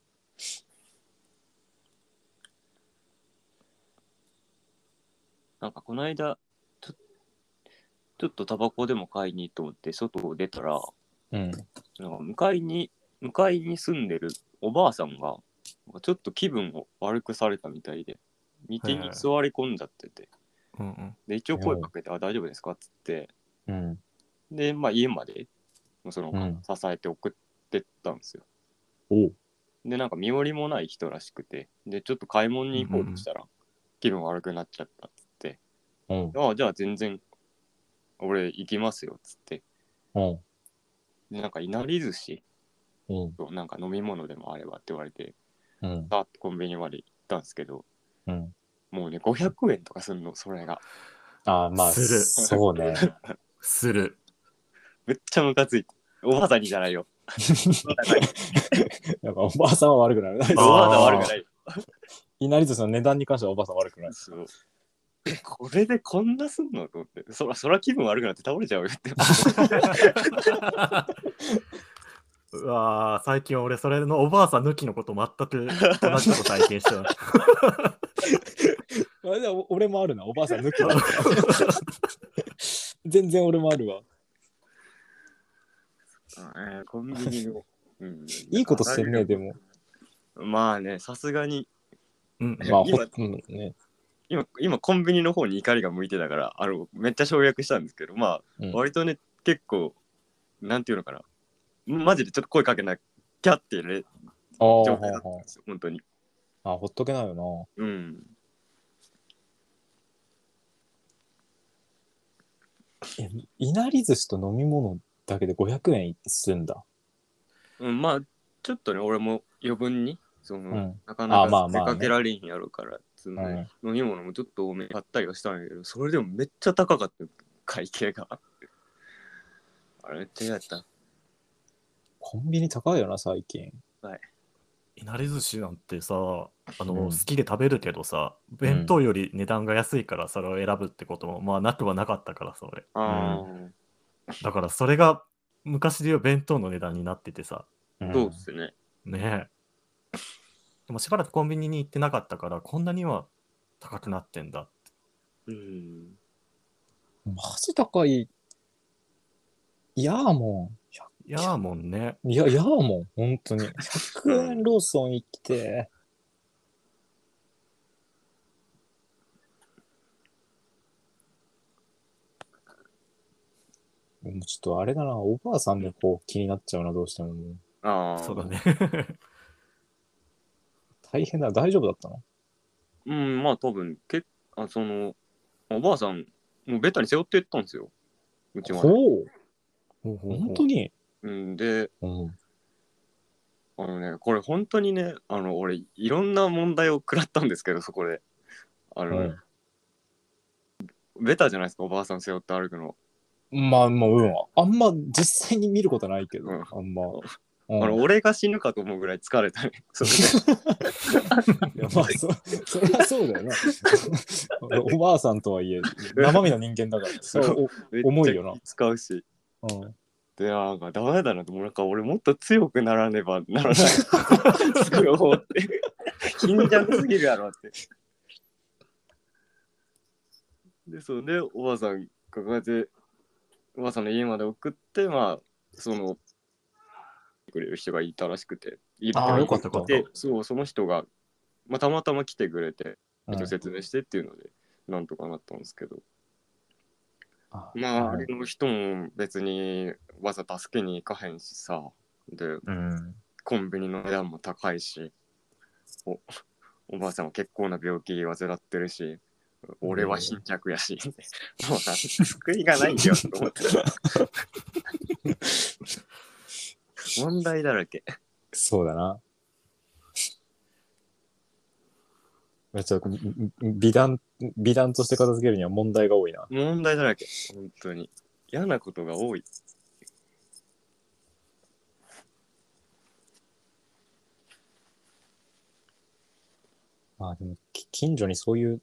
なんかこの間ちょっとタバコでも買いにと思って外を出たら、 うん。 なんか向かいに住んでるおばあさんが、ちょっと気分を悪くされたみたいで、道に座り込んじゃってて、 うんうん。 で、一応声かけて、大丈夫ですかっつって、 うん。 で、まあ家まで、その、 うん。 支えて送ってったんですよ。 おう。 で、なんか身寄りもない人らしくて、で、ちょっと買い物に行こうとしたら、気分悪くなっちゃったっつって、 うん。 じゃあ全然、俺行きますよっつって、 うん。 で、なんかいなり寿司うん。 となんか飲み物でもあればって言われて、 うん。 さーってコンビニまで行ったんですけど、 うん。 もうね、500円とかすんの、それが。 ああ、まあ、 するそうね。 する。 めっちゃムカついて。おばあさんにじゃないよ。 なんかおばあさんは悪くない。 おばあさん悪くないよ。 いなり寿司の値段に関してはおばあさん悪くない。 そう。これでこんなすんのと思って。そら気分悪くなって倒れちゃうよって。 うわー、最近俺それのおばあさん抜きのこと全く同じこと体験した。 でも俺もあるな、おばあさん抜きだったら。全然俺もあるわ。 コンビニの、 いいことしてるね、でも。 まあね、さすがに、 まあ、ね、 今コンビニの方に怒りが向いてたから、めっちゃ省略したんですけど、まあ、割とね、結構、なんていうのかな、マジでちょっと声かけなきゃっていうね、状態だったんですよ、本当に。 ほっとけないよな。 うん。 いなり寿司と飲み物だけで500円すんだ。 まあ、ちょっとね、俺も余分に、なかなか出かけられんやろから、飲み物もちょっと多め買ったりはしたんやけど、それでもめっちゃ高かったよ、会計が。あれめっちゃ嫌やった。 コンビニ高いよな、最近。 はい。 いなり寿司なんてさ、好きで食べるけどさ、弁当より値段が安いからそれを選ぶってことも、まあなくはなかったからさ、俺。だからそれが昔でいう弁当の値段になっててさ。 そうっすね。 ねえ。でもしばらくコンビニに行ってなかったから、こんなには高くなってんだって。 マジ高い。いやーもん。 いやーもんね。 いやーもん、本当に。100円ローソン行って。もうちょっとあれだな、おばあさんのこう気になっちゃうな、どうしても。 そうだね。 大変だ、大丈夫だったの？ まあ多分、おばあさん、もうベタに背負っていったんですよ。うちまで。 本当に？ で、これ本当にね、俺、いろんな問題を食らったんですけど、そこで。ベタじゃないですか、おばあさん背負って歩くの。 まあ、もう、あんま実際に見ることないけど、あんま。 俺が死ぬかと思うぐらい疲れたね。 いやまあそれはそうだよな。おばあさんとはいえ、生身の人間だから、そう重いよな。 使うし。で、ダメだなと、なんか俺もっと強くならねばならない。すごい思って。貧弱すぎるやろって。で、おばあさん抱えて、おばあさんの家まで送って、まあ、くれる人がいたらしくて、 よかったか。 その人が、たまたま来てくれて、説明してっていうので、なんとかなったんですけど。あれの人も別にわざ助けに行かへんしさ、で、コンビニの値段も高いし、おばあさんは結構な病気患ってるし、俺は貧弱やし、もう救いがないんだよと思って問題だらけ。 そうだな。ちょっと美談として片付けるには問題が多いな。 問題だらけ、本当に。嫌なことが多い。 まあでも、近所にそういう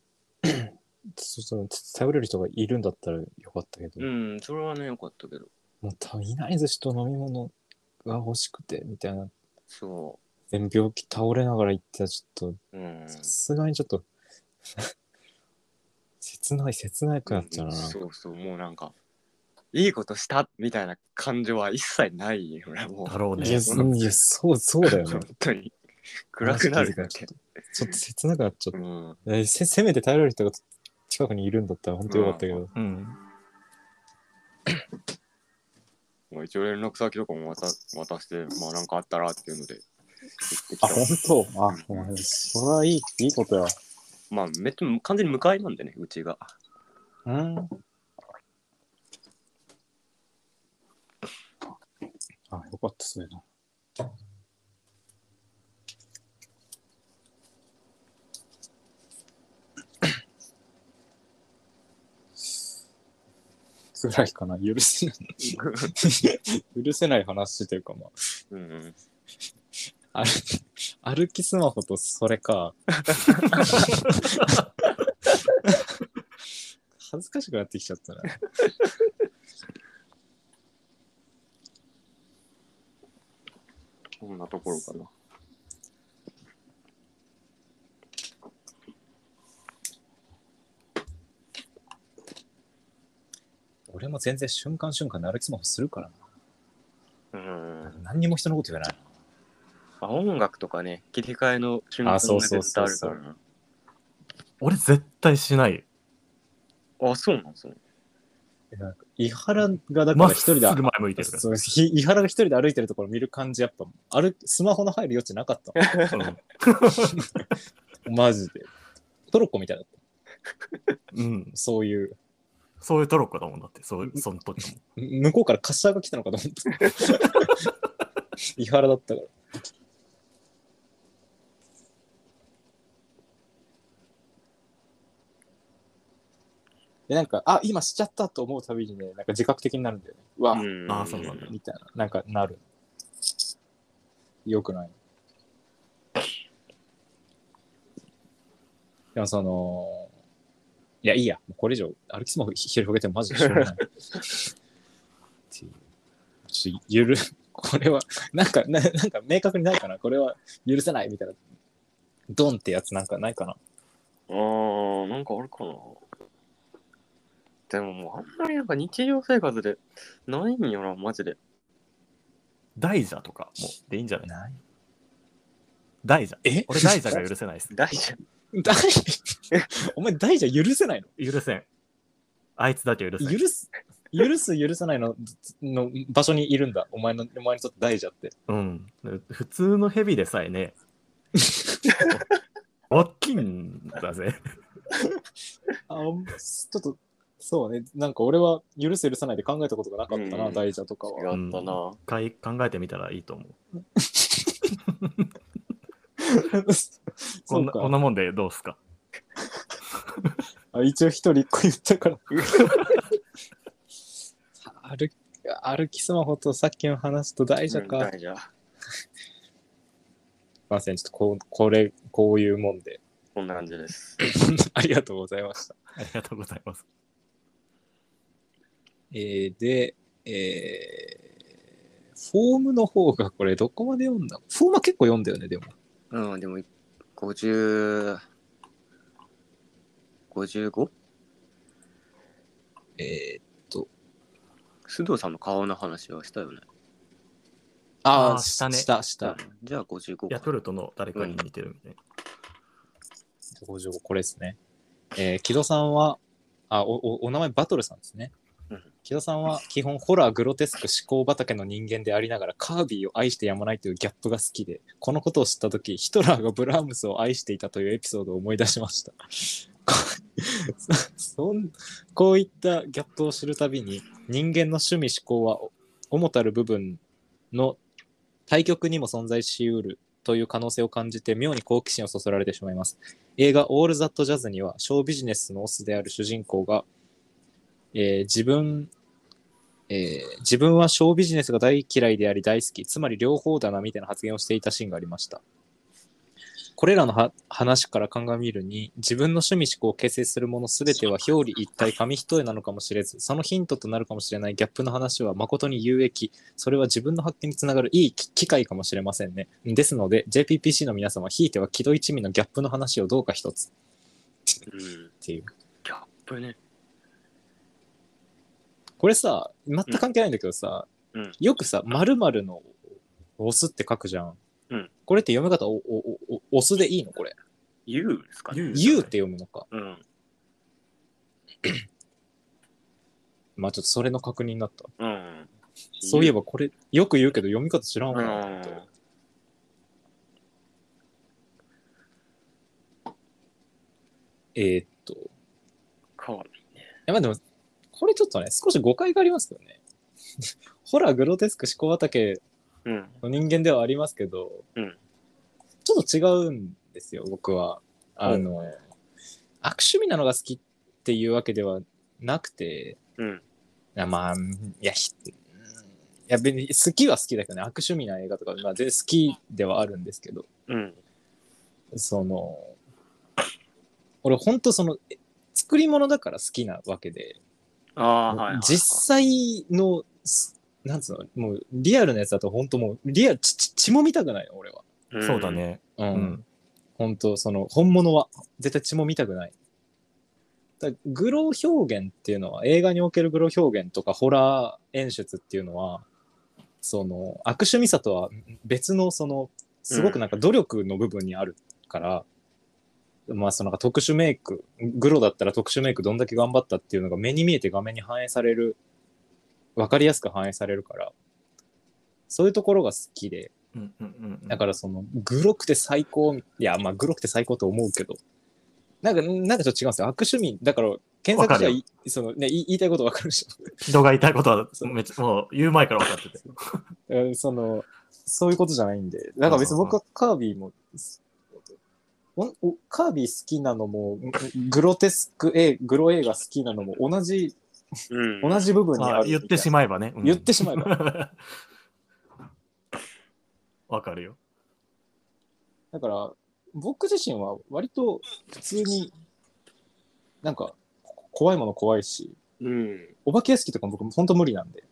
頼れる人がいるんだったらよかったけど。 それはね、よかったけど。 もう多分いない寿司と飲み物が欲しくて、みたいな。 そう。 病気倒れながら行ってたちょっと、さすがにちょっと切ないくなっちゃうな。 そう、もうなんか、 いいことしたみたいな感情は一切ないよね、もう。 だろうね。 いや、そうだよね。 本当に。暗くなるだけ。 ちょっと切なくなっちゃった。せめて頼れる人が近くにいるんだったら本当よかったけど。 一応連絡先とかも渡して、まあなんかあったらっていうので言ってきた。 本当それはいいことや。 まあめっちゃ完全に向かいなんでね、うちが。 よかったそういうの。ぐらいかな、許せない話というか、まあ、歩きスマホとそれか。恥ずかしくなってきちゃったな。 こんなところかな。 俺も全然瞬間瞬間で歩きスマホするからな。何にも人のこと言わないな。音楽とかね、切り替えの瞬間が絶対あるからな。 俺絶対しない。 そうなんですね。 伊原がだから一人で、 前向いてるから。 伊原が一人で歩いてるところ見る感じ、やっぱスマホの入る余地なかった。マジで。トロッコみたいだった。そういうトロッコだもんだって、その時も。 向こうから滑車が来たのかと思った。伊原だったから。で、なんか、今しちゃったと思うたびにね、なんか自覚的になるんだよね。 そうなんだ。 みたいな。なんかなる。よくない。でもいや、いいや。これ以上、歩きスマホ広げてもマジでしょうがない。これは、なんか明確にないかな。これは許せないみたいな。ドンってやつなんかないかな。 なんかあるかな。でももうあんまりなんか日常生活でないんよな、マジで。 大蛇とかもでいいんじゃない？大蛇。俺大蛇が許せないです。 大蛇お前大蛇許せないの？ 許せん。あいつだけ許せん。 許さないの場所にいるんだ。お前にとって大蛇って。 普通の蛇でさえね、大きいんだぜ。 ちょっと、そうね。なんか俺は許さないで考えたことがなかったな、大蛇とかは。 やったな。 考えてみたらいいと思う。こんなもんでどうすか？ 一応一人一個言ったから。歩きスマホとさっきの話と大蛇か。 大蛇。 まあ、ちょっとこういうもんで。 こんな感じです。 ありがとうございました。 ありがとうございます。 で、フォームの方がこれどこまで読んだ？フォームは結構読んだよね、でも。 でも55？須藤さんの顔の話はしたよね。 したね。 した。 じゃあ55。 ヤクルトの誰かに似てるみたいな。 55、これですね。木戸さんは、お名前バトルさんですね。木戸さんは基本ホラーグロテスク思考畑の人間でありながらカービィを愛してやまないというギャップが好きで、このことを知ったときヒトラーがブラームスを愛していたというエピソードを思い出しました。こういったギャップを知るたびに人間の趣味思考は主たる部分の対極にも存在しうるという可能性を感じて妙に好奇心をそそられてしまいます。映画オールザットジャズにはショービジネスのオスである主人公が、自分はショービジネスが大嫌いであり大好き、つまり両方だなみたいな発言をしていたシーンがありました。これらの話から鑑みるに、自分の趣味思考を形成するものすべては表裏一体紙一重なのかもしれず、そのヒントとなるかもしれないギャップの話は誠に有益、それは自分の発見につながるいい機会かもしれませんね。ですので JPPC の皆様、ひいては木戸一味のギャップの話をどうか一つ。っていう。 ギャップね。 これさ、全く関係ないんだけどさ、 うん、 よくさ、〇〇のオスって書くじゃん。 うん、 これって読み方オスでいいのこれ。 U ですかね。 U って読むのか。 うん。 まあちょっとそれの確認になった。 うん。 そういえばこれ、よく言うけど読み方知らんわなと思って。 変わんないね。 まあでも、これちょっとね、少し誤解がありますよね。ホラーグロテスク思考畑の人間ではありますけど、 うん、 ちょっと違うんですよ、僕は。悪趣味なのが好きっていうわけではなくて、 うん、 まあ、別に好きは好きだけどね、悪趣味な映画とか、まあ、全然好きではあるんですけど、 うん、 俺ほんと作り物だから好きなわけで、実際の、なんつうの、もうリアルなやつだと本当もう、血も見たくないの、俺は。 そうだね。 うん。本当本物は絶対血も見たくない。グロ表現っていうのは、映画におけるグロ表現とかホラー演出っていうのは、悪趣味さとは別のすごくなんか努力の部分にあるから、まあなんか特殊メイク、グロだったら特殊メイクどんだけ頑張ったっていうのが目に見えて画面に反映される、わかりやすく反映されるから、そういうところが好きで、だからグロくて最高、いやまあグロくて最高と思うけど、なんかちょっと違うんですよ。悪趣味だから検索したら言いたいことわかるし。 人が言いたいことはめっちゃもう言う前から分かってて。そういうことじゃないんで。だから別に僕はカービーもカービィ好きなのもグロ映画好きなのも同じ部分にある。 言ってしまえばね。 言ってしまえば。 わかるよ。 だから僕自身は割と普通になんか怖いもの怖いし、お化け屋敷とか僕本当無理なんで。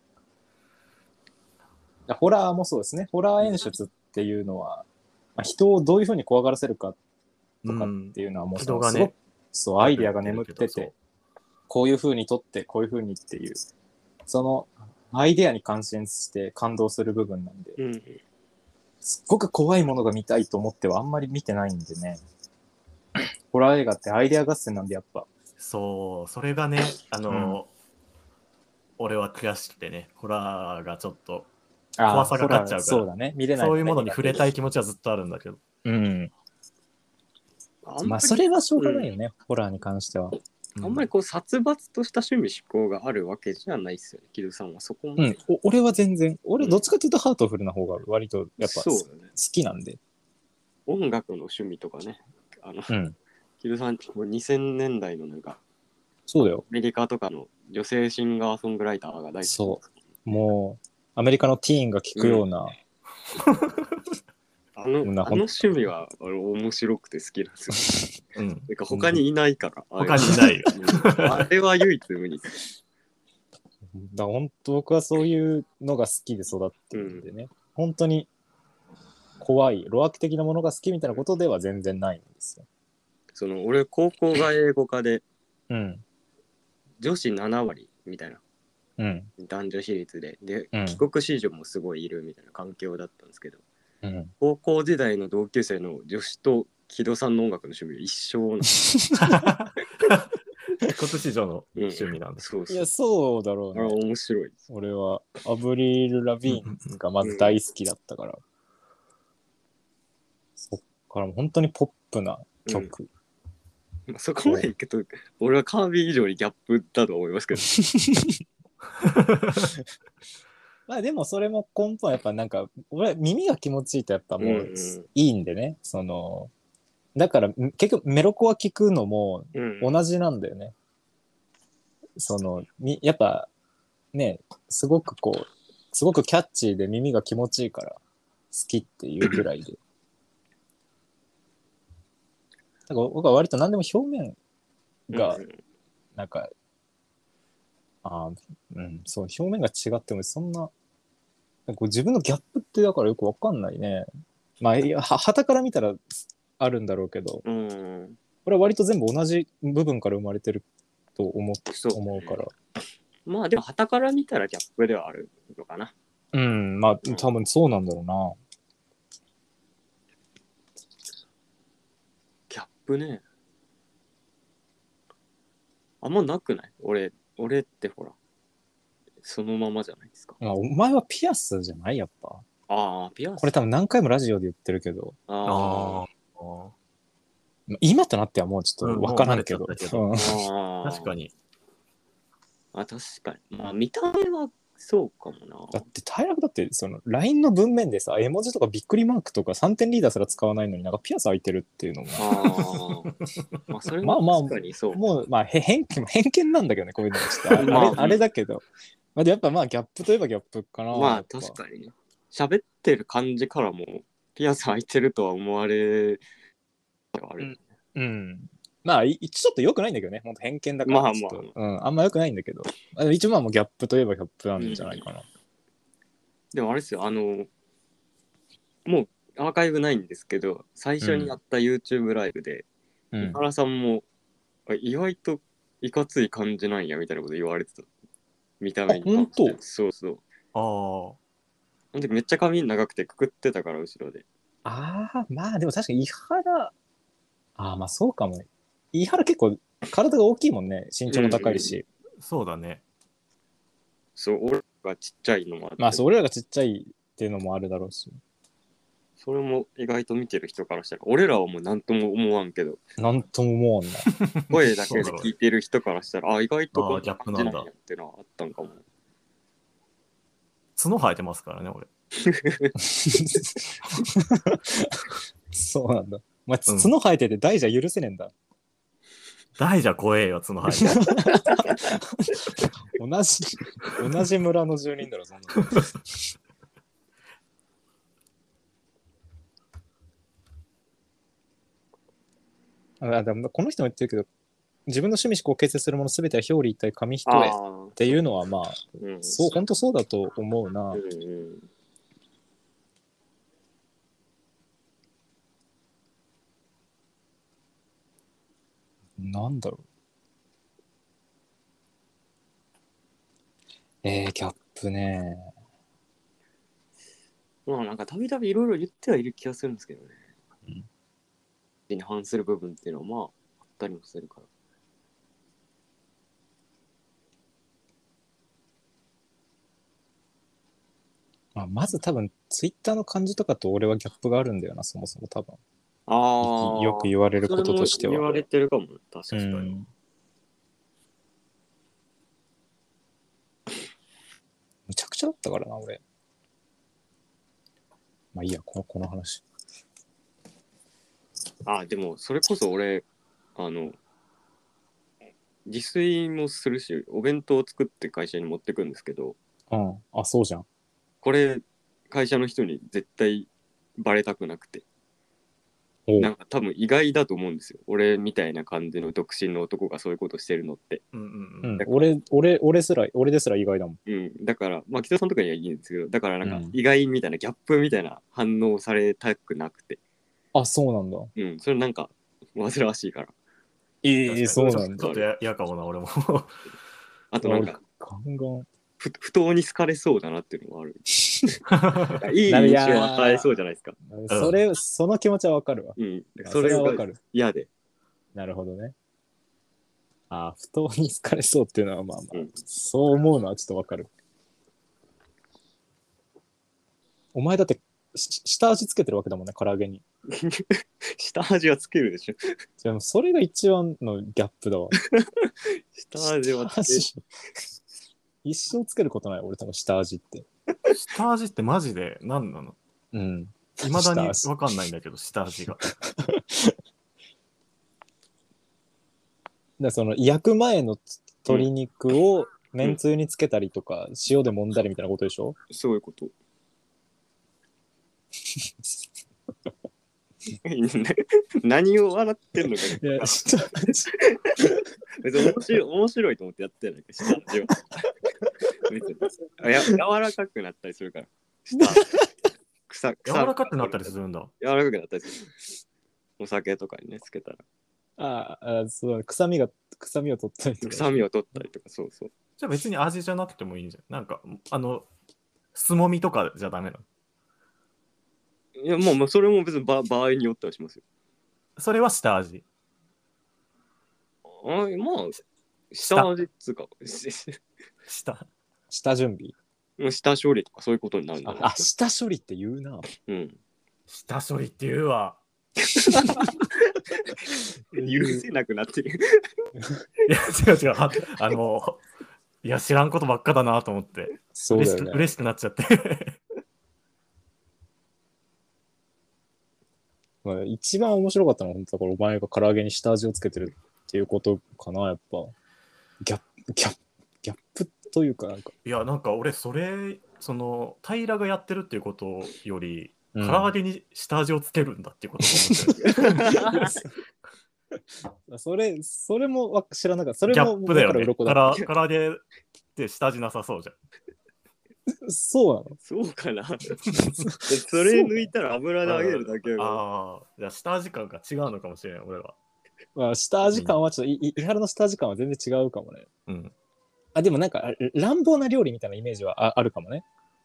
ホラーもそうですね。ホラー演出っていうのは、人をどういうふうに怖がらせるかとかっていうのはもうすごくそうアイデアが眠ってて、こういう風に撮ってこういう風にっていうそのアイデアに感心して感動する部分なんで、すっごく怖いものが見たいと思ってはあんまり見てないんでね。ホラー映画ってアイデア合戦なんでやっぱ。 そうそれがね俺は悔しくてね、ホラーがちょっと怖さが勝っちゃうから、 そうだね、見れない、 そういうものに触れたい気持ちはずっとあるんだけど。 まあそれはしょうがないよね、ホラーに関しては。 あんまり殺伐とした趣味思考があるわけじゃないっすよね、木戸さんはそこまで。 俺は全然、俺どっちかというとハートフルな方が割とやっぱ好きなんで。 音楽の趣味とかね、木戸さんもう2000年代のなんか、 そうだよ。 アメリカとかの女性シンガーソングライターが大好き。 そう。もう、アメリカのティーンが聴くような。 あの趣味は面白くて好きなんですよ。なんか他にいないから。 他にいないよ。 あれは唯一無二。 本当僕はそういうのが好きで育ってるんでね。本当に怖い、露悪的なものが好きみたいなことでは全然ないんですよ。 俺、高校が英語科で、女子7割みたいな、男女比率で、帰国子女もすごいいるみたいな環境だったんですけど、高校時代の同級生の女子と木戸さんの音楽の趣味は一緒なんです。 帰国子女の趣味なんです。 いや、そうだろうね。 面白い。 俺はアブリル・ラビーンがまず大好きだったから、そっから本当にポップな曲。 そこまでいくと俺はカービィ以上にギャップだと思いますけど。 まあでもそれも根本やっぱなんか俺耳が気持ちいいとやっぱもういいんでね、だから結局メロコア聞くのも同じなんだよね。やっぱね、すごくキャッチーで耳が気持ちいいから好きっていうぐらいで。だから僕は割と何でも表面がなんか、そう表面が違ってもそんな自分のギャップってだからよくわかんないね。まあ旗から見たらあるんだろうけど、これは割と全部同じ部分から生まれてると思うから。 まあでも、傍から見たらギャップではあるのかな。 うん、まあ、多分そうなんだろうな。 ギャップね。あんまなくない？俺ってほら、そのままじゃないですか。 まあ、お前はピアスじゃないやっぱ。 ああ、ピアス。 これ多分何回もラジオで言ってるけど。 ああ。 今となってはもうちょっと分からんけど。 確かに。 確かに。まあ、見た目はそうかもな。 だって平君だってその LINE の文面でさ、絵文字とかびっくりマークとか3点リーダーすら使わないのになんかピアス開いてるっていうのも。 まあそれは確かにそう。 もうまあ偏見なんだけどね、こういうのちょっとあれだけど。まあ、やっぱまあギャップといえばギャップかな。 まあ確かにね。喋ってる感じからもピアス開いてるとは思われある。 うん。まあちょっと良くないんだけどね、本当偏見だからちょっと、あんま良くないんだけど、一応まあもうギャップといえばギャップなんじゃないかな。 でもあれですよ、もうアーカイブないんですけど、最初にやった YouTube ライブで、井原さんも意外といかつい感じなんやみたいなこと言われてた。見た目に。 本当？ そうそう。 ああ。 ほんでめっちゃ髪長くてくくってたから後ろで。 ああ、まあでも確かに井原、まあそうかもね。井原結構体が大きいもんね。身長も高いし。 そうだね。 そう、俺がちっちゃいのもあって。 まあそう、俺らがちっちゃいっていうのもあるだろうし。 それも意外と見てる人からしたら、俺らはもう何とも思わんけど、 なんとも思わんな。 声だけで聞いてる人からしたら、意外とこんギャップななんだ感じなんやっていうのはあったんかも。 角生えてますからね、俺。 そうなんだ。お前、角生えてて大じゃ許せねえんだ。 大じゃ怖えよ、角生えて。 同じ村の住人だろ、そんなの。でもこの人も言ってるけど、自分の趣味思考を形成するものすべては表裏一体紙一重っていうのはまあ、そう本当そうだと思うな。なんだろう。ギャップね。 まあなんかたびたびいろいろ言ってはいる気がするんですけどね。に反する部分っていうのはまああったりもするから。 まず多分ツイッターの感じとかと俺はギャップがあるんだよな、そもそも多分。よく言われることとしては。 言われてるかも、確かに。 むちゃくちゃだったからな、俺。まあいいや、この話。 でもそれこそ俺、自炊もするし、お弁当を作って会社に持ってくんですけど、 そうじゃん。 これ、会社の人に絶対バレたくなくて。なんか多分意外だと思うんですよ。俺みたいな感じの独身の男がそういうことしてるのって。 俺ですら意外だもん。だから、まあ、北さんとかにはいいんですけど、だからなんか意外みたいな、ギャップみたいな反応されたくなくて。 そうなんだ。 それなんか、煩わしいから。 そうなんだ。 ちょっと嫌かもな、俺も。 あとなんか、 ガンガン。 不当に好かれそうだなっていうのもある。いい印象を与えそうじゃないですか。 その気持ちはわかるわ。 それはわかる。嫌で。 なるほどね。不当に好かれそうっていうのはまあまあ、そう思うのはちょっとわかる。お前だって下味つけてるわけだもんね、唐揚げに。 下味はつけるでしょ。 じゃあそれが一番のギャップだわ。 下味はつける。 一生つけることない、俺多分下味って。 下味ってマジで何なの？いまだに分かんないんだけど、下味が。 その焼く前の鶏肉をめんつゆにつけたりとか、塩で揉んだりみたいなことでしょ？ そういうこと。何を笑ってんのか。別に面白いと思ってやってないけど、下味は。柔らかくなったりするから。 柔らかくなったりするんだ。 柔らかくなったりする。お酒とかにね、つけたら。 そう、臭みを取ったりとか。 臭みを取ったりとか、そうそう。 じゃあ別に味じゃなくてもいいんじゃん。なんか、すもみとかじゃダメなの？ いや、まあそれも別に場合によってはしますよ。 それは下味。 まあ、下味っつうか、 下準備。 下処理とかそういうことになるんだあ、下処理って言うな。 うん。 下処理って言うわ。 許せなくなってる。 いや、違う。いや、知らんことばっかだなと思って。 そうだよね。 嬉しくなっちゃって。 まあ、一番面白かったのは、だからお前が唐揚げに下味をつけてるっていうことかな、やっぱ。ギャップというかなんか。 いや、なんか俺、平がやってるっていうことより、唐揚げに下味をつけるんだっていうことを思ってる。 それも知らなかった。それもギャップだよね。 唐揚げって下味なさそうじゃん。 そうなの？ そうかな。それ抜いたら油で揚げるだけよ。 ああ、じゃあ下味感が違うのかもしれない、俺は。 まあ、下味感はちょっと、伊原の下味感は全然違うかもね。 うん。 あ、でもなんか、乱暴な料理みたいなイメージはあるかもね。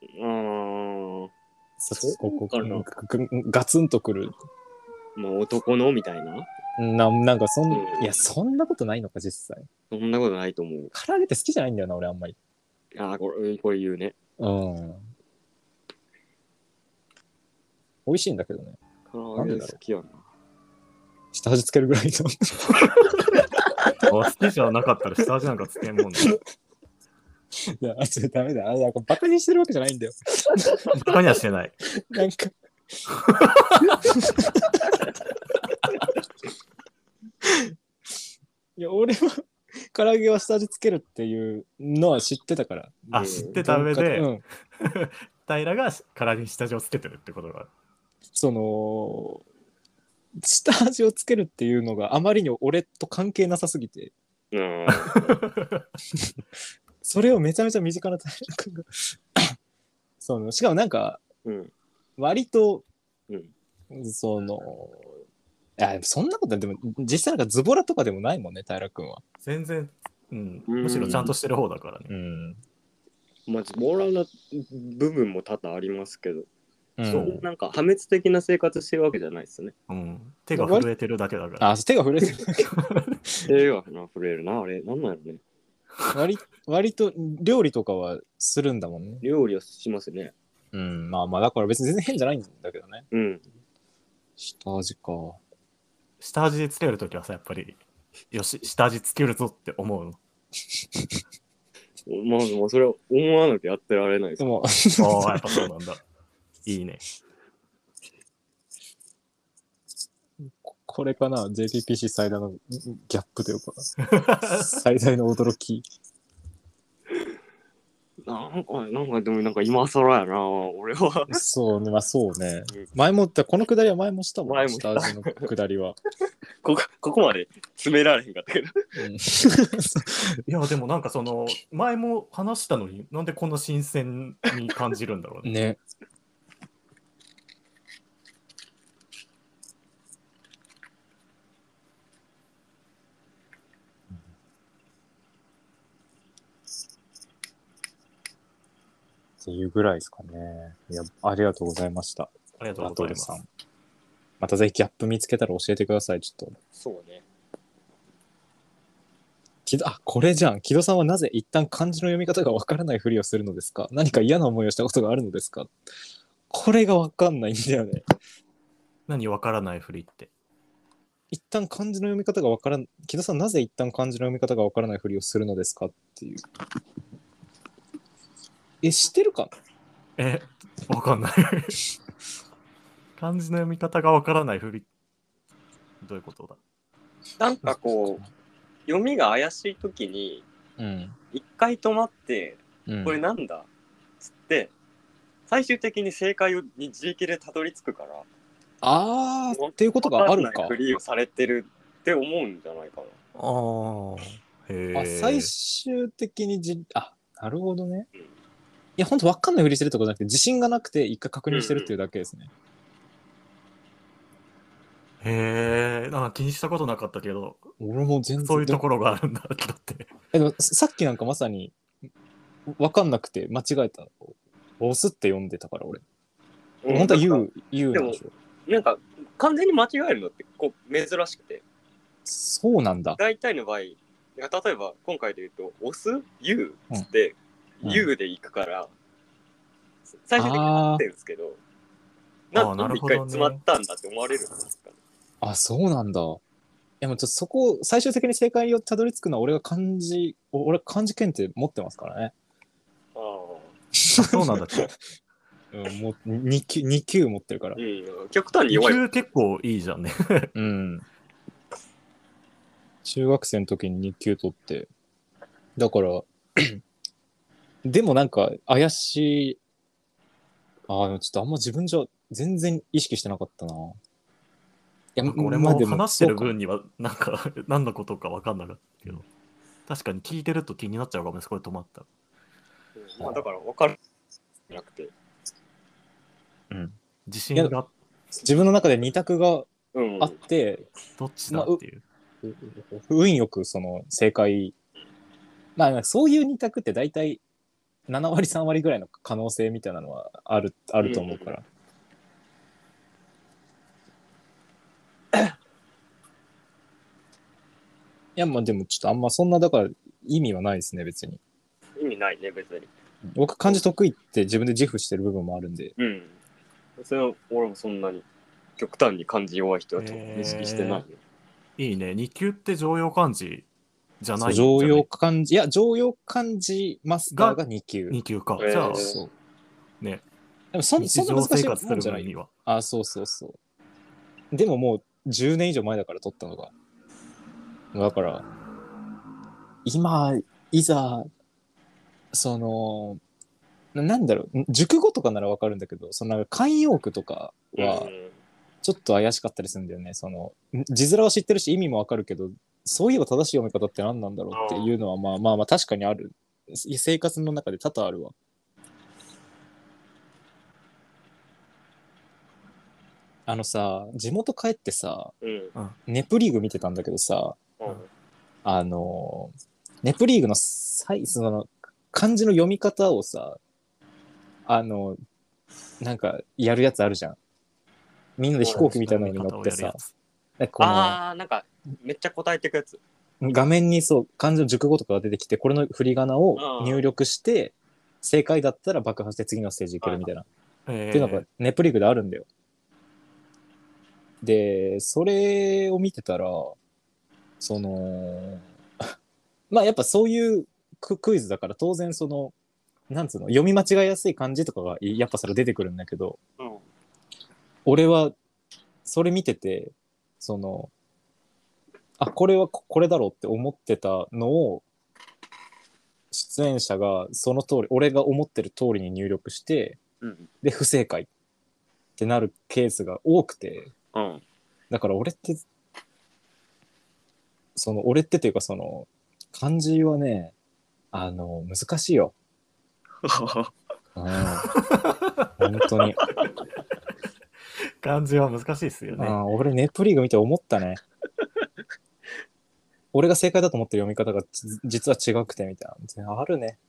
そうかな。ガツンとくる。 もう男のみたいな。 なんかいや、そんなことないのか、実際。 そんなことないと思う。 唐揚げって好きじゃないんだよな、俺あんまり。 ああ、これ言うね。 うん。美味しいんだけどね。 唐揚げ好きやな。 下味つけるぐらいの。 好きじゃなかったら下味なんかつけんもんね。 いや、ダメだ。バカにしてるわけじゃないんだよ。 バカにはしてない。 なんか。いや、俺は唐揚げは下味つけるっていうのは知ってたから。 あ、知ってた上で、平が唐揚げに下味をつけてるってことが。 下味をつけるっていうのがあまりに俺と関係なさすぎて。それをめちゃめちゃ身近な平君がしかもなんか、割と、いや、そんなことでも実際なんかズボラとかでもないもんね、平君は。 全然、むしろちゃんとしてる方だからね。 まあズボラな部分も多々ありますけど、そうなんか破滅的な生活してるわけじゃないですね。 手が震えてるだけだから。 あ、手が震えてるだけ。 手が震えるな、あれ。なんなんやろね。 割と料理とかはするんだもんね。 料理はしますね。 まあだから別に全然変じゃないんだけどね。下味か。 下味つけるときはさ、やっぱり、よし、下味つけるぞって思うの。 まあそれは思わなきゃやってられないですもん。 やっぱそうなんだ。いいね。 これかな、 JPPC 最大のギャップというか、最大の驚き。 なんかでもなんか今更やな、俺は。 そうね、まあそうね。前もこのくだりは前もしたもんね、下味のくだりは。 ここまで詰められへんかったけど。 いやでもなんか前も話したのになんでこんな新鮮に感じるんだろうね。 ね。っていうぐらいですかね。いや、ありがとうございました。 ありがとうございます。 またぜひギャップ見つけたら教えてください、ちょっと。 そうね。 これじゃん。木戸さんはなぜ一旦漢字の読み方がわからないふりをするのですか？何か嫌な思いをしたことがあるのですか？これがわかんないんだよね。 何わからないふりって。 一旦漢字の読み方がわからん。木戸さんなぜ一旦漢字の読み方がわからないふりをするのですかっていう。知ってるかな？わかんない。漢字の読み方がわからないふり。どういうことだ？ なんかこう、読みが怪しいときに、一回止まって、これなんだつって、最終的に正解に自力でたどり着くから、 っていうことがあるか。 フリーをされてるって思うんじゃないかな。 最終的になるほどね。いや、ほんと分かんないふりしてるとかじゃなくて、自信がなくて一回確認してるっていうだけですね。 へえ、なんか気にしたことなかったけど、 俺も全然。 そういうところがあるんだだって。 でもさっきなんかまさに分かんなくて間違えた。オスって読んでたから俺。本当は言うなんでしょ。 なんか完全に間違えるのってこう珍しくて。 そうなんだ。 大体の場合、例えば今回で言うと、オス、ユーつって、ユーで行くから、最終的に合ってるんですけど、なんで一回詰まったんだって思われるんですかね。 あ、そうなんだ。いやもうちょっとそこ、最終的に正解をたどり着くのは俺漢字検定持ってますからね。 ああ。 そうなんだっけ。 もう2級持ってるから。 極端に弱い。 2級結構いいじゃんね。 うん。中学生の時に2級取って。だから、でもなんか怪しい。でもちょっとあんま自分じゃ全然意識してなかったな。 いや、俺も話してる分にはなんか何のことか分かんなかったけど、確かに聞いてると気になっちゃうかもね、そこで止まった。 だから分かるなくて。 うん。 自信が。 自分の中で2択があって、 どっちだっていう。 運よくその正解。まあそういう2択って大体7割3割ぐらいの可能性みたいなのはあると思うから。いやまあでもちょっとあんまそんなだから意味はないですね別に。 意味ないね別に。 僕漢字得意って自分で自負してる部分もあるんで。 うん。それは俺もそんなに極端に漢字弱い人は意識してないよ。 いいね。2級って常用漢字じゃない常用漢字、いや常用漢字マスターが2級。 2級か。じゃあ、そう。ね。 でもそんな難しいもんじゃないよ。あ、そうそうそう。でももう10年以上前だから取ったのが。だから、今、いざ、その、なんだろう、熟語とかならわかるんだけど、その慣用句とかは、ちょっと怪しかったりするんだよね。その、字面は知ってるし意味もわかるけど、そういえば正しい読み方って何なんだろうっていうのは、まあ確かにある。生活の中で多々あるわ。地元帰ってさ、ネプリーグ見てたんだけどさ、ネプリーグのその漢字の読み方をさ、なんかやるやつあるじゃん。みんなで飛行機みたいなのに乗ってさ。 なんかめっちゃ答えてくやつ。 画面にそう漢字の熟語とかが出てきて、これの振り仮名を入力して、正解だったら爆破して次のステージ行けるみたいな。っていうのがネプリーグであるんだよ。で、それを見てたら、その、まあやっぱそういうクイズだから当然その、なんつうの、読み間違いやすい漢字とかがやっぱそれ出てくるんだけど、俺はそれ見てて、その、これはこれだろうって思ってたのを、出演者がその通り、俺が思ってる通りに入力して、で、不正解ってなるケースが多くて、だから俺って、俺ってというか漢字はね、難しいよ。本当に。 漢字は難しいですよね。 俺ネプリーグ見て思ったね。俺が正解だと思ってる読み方が実は違くてみたいな。あるね。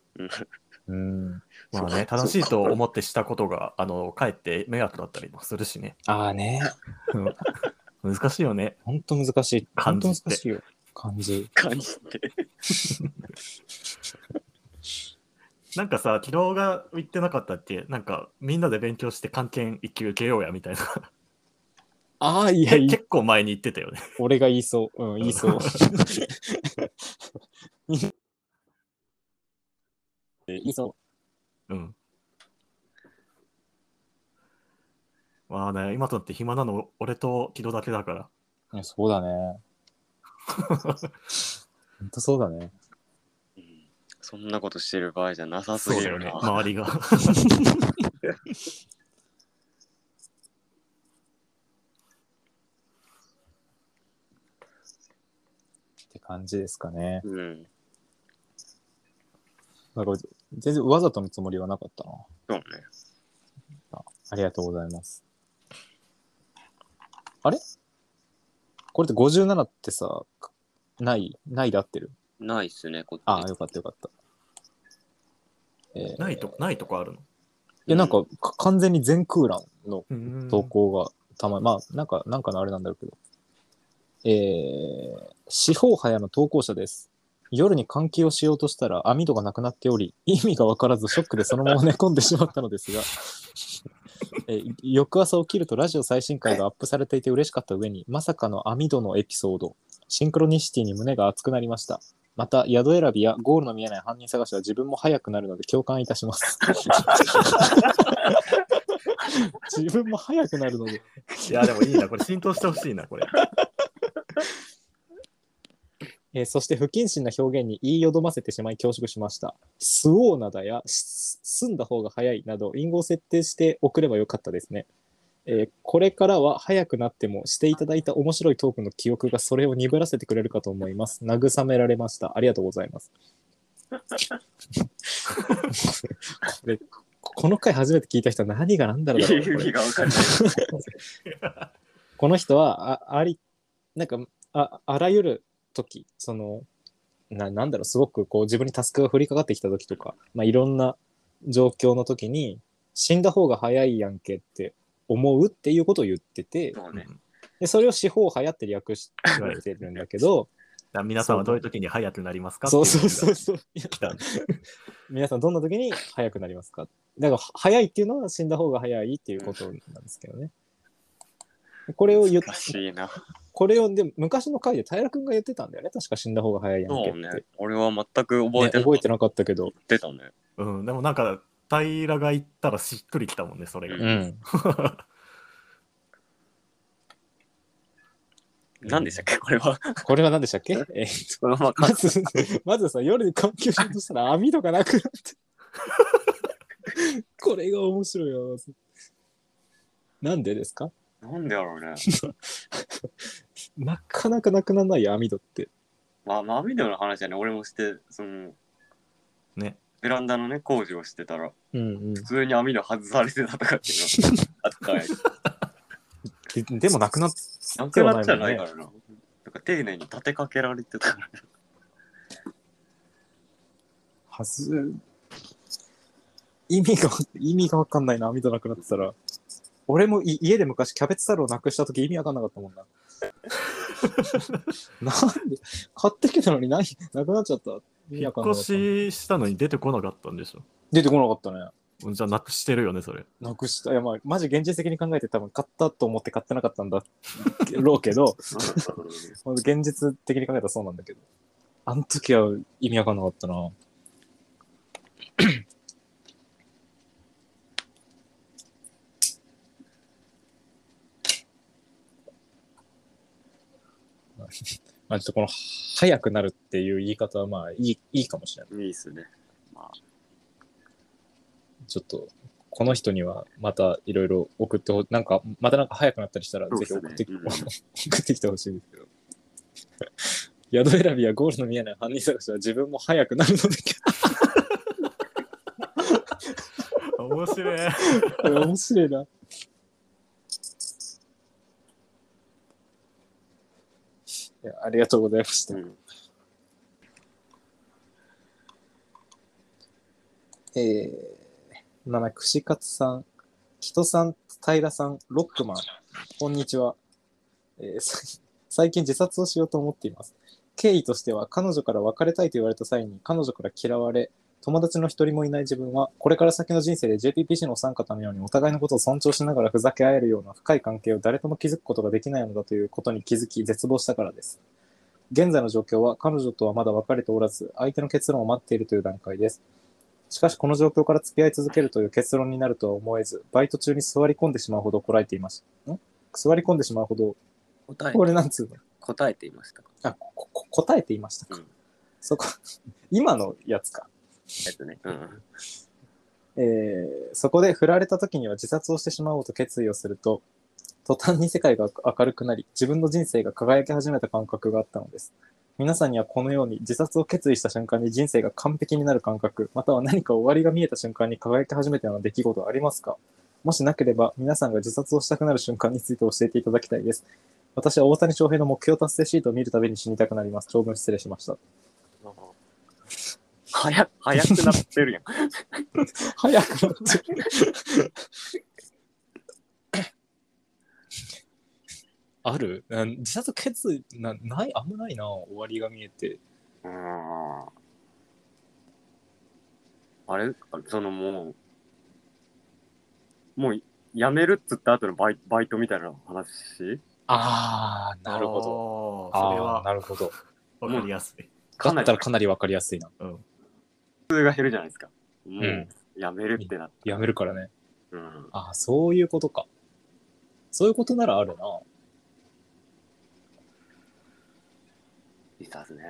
まあね、正しいと思ってしたことが、かえって迷惑だったりもするしね。 ね。 難しいよね。 ほんと難しい。ほんと難しいよ。漢字。 漢字って。 なんかさ、昨日が言ってなかったっけ？なんか、みんなで勉強して漢検1級受けようやみたいな。 いや、 結構前に言ってたよね。 俺が言いそう。言いそう。言いそう。 まあね、今となって暇なの俺と木戸だけだから。 そうだね。ほんとそうだね。 そんなことしてる場合じゃなさすぎるな。 そうだよね、周りが。 って感じですかね。 なんか全然わざとのつもりはなかったな。 そうね。 ありがとうございます。あれこれって57ってさ、ないで合ってる？ ないっすね、こっち。 ああ、よかったよかった。 ないとこあるの？いや、なんか、完全に全空欄の投稿がたまに、まあ、なんかのあれなんだろうけど。四方早の投稿者です。夜に換気をしようとしたら網戸がなくなっており、意味が分からずショックでそのまま寝込んでしまったのですが、翌朝起きるとラジオ最新回がアップされていて嬉しかった上に、まさかの網戸のエピソード、シンクロニシティに胸が熱くなりました。また、宿選びやゴールの見えない犯人探しは自分も早くなるので共感いたします。自分も早くなるので。 いや、でもいいな、これ浸透してほしいな、これ。 そして不謹慎な表現に言いよどませてしまい恐縮しました。スオーナだや済んだ方が早いなど隠語を設定して送ればよかったですね。これからは早くなってもしていただいた面白いトークの記憶がそれを鈍らせてくれるかと思います。慰められました。ありがとうございます。この回初めて聞いた人は何が何だろうな。この人はなんかあらゆる時、そのなんだろう、すごくこう自分にタスクが降りかかってきた時とか、まあ、いろんな状況の時に死んだ方が早いやんけって思うっていうことを言ってて、でそれを四方早って略してるんだけど、 皆さんはどういう時に早くなりますか？ そう。皆さんどんな時に早くなりますか？だから早いっていうのは死んだ方が早いっていうことなんですけどね。これを言って、これをで昔の回で平君が言ってたんだよね。確か死んだ方が早いやんけって。そうね。 俺は全く覚えてなかったけど。言ってたね。 うん。でもなんか平が言ったらしっくりきたもんね、それが。うん。 何でしたっけこれは。 これは何でしたっけ？まずさ、夜に換気をしようとしたら網戸がなくなって。これが面白いよ。なんでですか？ なんでやろうね。 なかなかなくならないよ、網戸って。 まあ、網戸の話はね、俺もして、 ね。 ベランダのね、工事をしてたら、普通に網戸外されてたとかっていうのがあったかい。 でもなくなっちゃないからな。なんか丁寧に立てかけられてたから。 意味が分かんないな、網戸なくなってたら。俺も家で昔キャベツ太郎なくした時意味分かんなかったもんな。なんで買ってきたのになくなっちゃった。 引っ越ししたのに出てこなかったんでしょ？ 出てこなかったね。 じゃあなくしてるよね、それ。 なくした。いや、まあ、マジ現実的に考えて多分買ったと思って買ってなかったんだろうけど、現実的に考えたらそうなんだけど。あの時は意味わかんなかったな。まあちょっとこの早くなるっていう言い方はまあいいかもしれない。 いいっすね。まあ、 ちょっとこの人にはまたいろいろ送ってなんかまたなんか早くなったりしたらぜひ送ってきてほしいんですけど。宿選びやゴールの見えない犯人探しは自分も早くなるので。 面白い。 面白いな。ありがとうございました。名前、串カツさん、キトさん、平さん、ロックマン、こんにちは。最近自殺をしようと思っています。経緯としては、彼女から別れたいと言われた際に、彼女から嫌われ、友達の一人もいない自分は、これから先の人生で JPPC のお三方のようにお互いのことを尊重しながらふざけ合えるような深い関係を誰とも築くことができないのだということに気づき、絶望したからです。現在の状況は、彼女とはまだ別れておらず、相手の結論を待っているという段階です。しかし、この状況から付き合い続けるという結論になるとは思えず、バイト中に座り込んでしまうほどこらえていました。座り込んでしまうほど、これなんつうの？ 答えていました。 答えていましたか。そこ、今のやつか。そこで振られた時には自殺をしてしまおうと決意をすると、途端に世界が明るくなり、自分の人生が輝き始めた感覚があったのです。皆さんにはこのように自殺を決意した瞬間に人生が完璧になる感覚、または何か終わりが見えた瞬間に輝き始めたような出来事はありますか？もしなければ、皆さんが自殺をしたくなる瞬間について教えていただきたいです。 私は大谷翔平の目標達成シートを見るたびに死にたくなります。長文失礼しました。 早くなってるやん。 早くなってる。ある自殺決意ない、あんまないな、終わりが見えて。 あれそのもう辞めるっつった後のバイトみたいな話。 ああ、なるほど。 それはなるほど。 わかりやすい。 だったらかなりわかりやすいな。 うん。普通が減るじゃないですか。もう辞めるってなって。 辞めるからね。 うん。 ああ、そういうことか。そういうことならあるな。 いたっすね。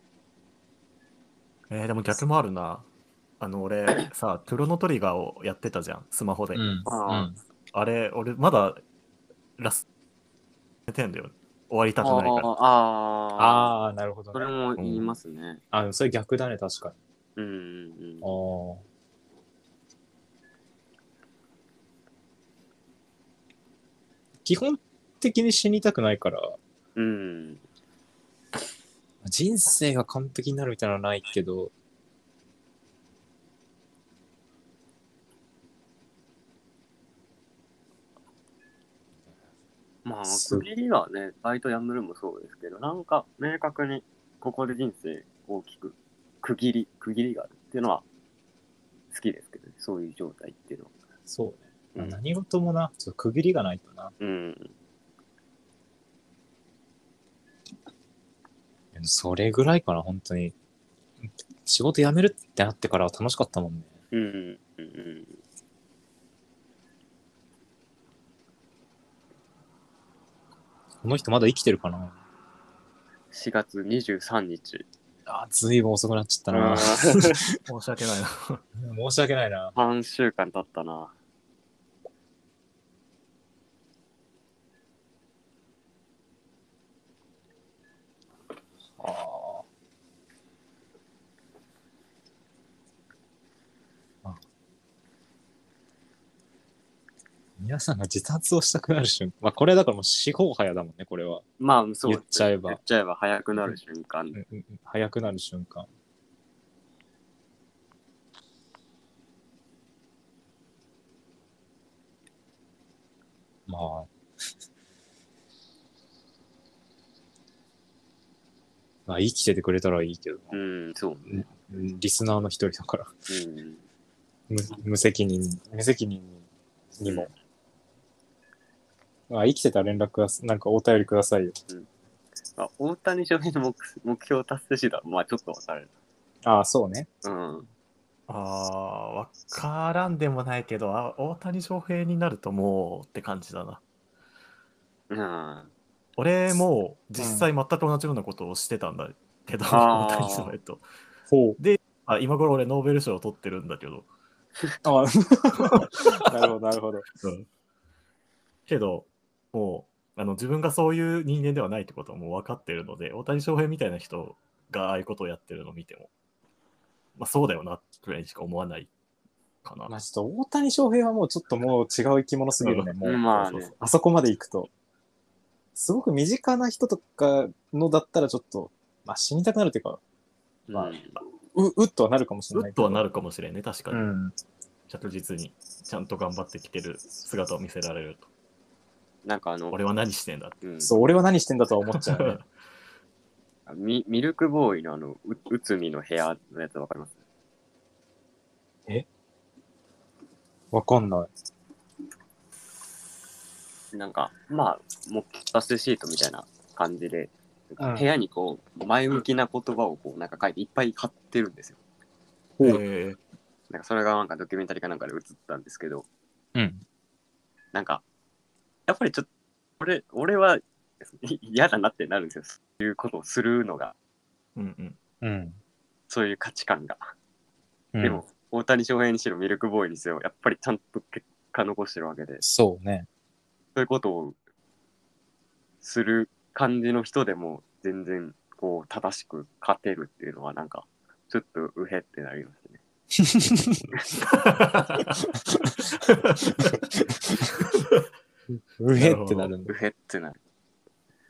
でも逆もあるな。俺さ、クロノトリガーをやってたじゃん、スマホで。あれ、俺まだラストてんだよ。終わりたくないから。 ああ、なるほど、 ね。それも言いますね。 それ逆だね、確かに。 基本的に死にたくないから。人生が完璧になるみたいなのはないけど。 まあ、区切りはね、バイトやめるもそうですけど、なんか明確にここで人生大きく区切りがあるっていうのは好きですけどね、そういう状態っていうのは。 そうね。何事もな、ちょっと区切りがないとな。それぐらいかな、本当に。仕事辞めるってなってからは楽しかったもんね。この人まだ生きてるかな。 4月23日。 ずいぶん遅くなっちゃったな。 申し訳ないな。 申し訳ないな。 3週間経ったな。 皆さんが自殺をしたくなる瞬間。まあこれだからもう司法早だもんね、これは。 まあそう。 言っちゃえば早くなる瞬間。 早くなる瞬間。まあ。まあ生きててくれたらいいけど。 そうね。 リスナーの一人だから。無責任にも。生きてたら連絡がなんかお便りくださいよ。 大谷翔平の目標達成シートはまあちょっとわかる。 そうね。 わからんでもないけど、大谷翔平になるともうって感じだな。俺も実際全く同じようなことをしてたんだけど、大谷翔平と。で、今頃俺ノーベル賞を取ってるんだけど。 なるほど、なるほど。 けど、もう自分がそういう人間ではないってことはもう分かってるので、大谷翔平みたいな人がああいうことをやってるのを見ても、まあそうだよなくらいしか思わないかな。 まあちょっと大谷翔平はもうちょっともう違う生き物すぎるね、もう。まあね、あそこまで行くと。すごく身近な人とかのだったらちょっと、まあ死にたくなるっていうか、まあ、うっとはなるかもしれないけど。 うっとはなるかもしれんね、確かに。着実にちゃんと頑張ってきてる姿を見せられると。 なんか俺は何してんだって。 そう、俺は何してんだとは思っちゃうね。ミルクボーイの内海の部屋のやつわかります？ わかんない。 なんか、まあ、目標達成シートみたいな感じで、部屋にこう、前向きな言葉をこう、なんか書いていっぱい貼ってるんですよ。なんかそれがなんかドキュメンタリーかなんかで映ったんですけど、なんか、やっぱりちょっと、俺は嫌だなってなるんですよ。そういうことをするのが。そういう価値観が。でも、大谷翔平にしろミルクボーイにしろ、やっぱりちゃんと結果残してるわけで。 そうね。 そういうことをする感じの人でも全然こう正しく勝てるっていうのはなんかちょっとうへってなりますね。 うへってなるんだ。 うへってなる。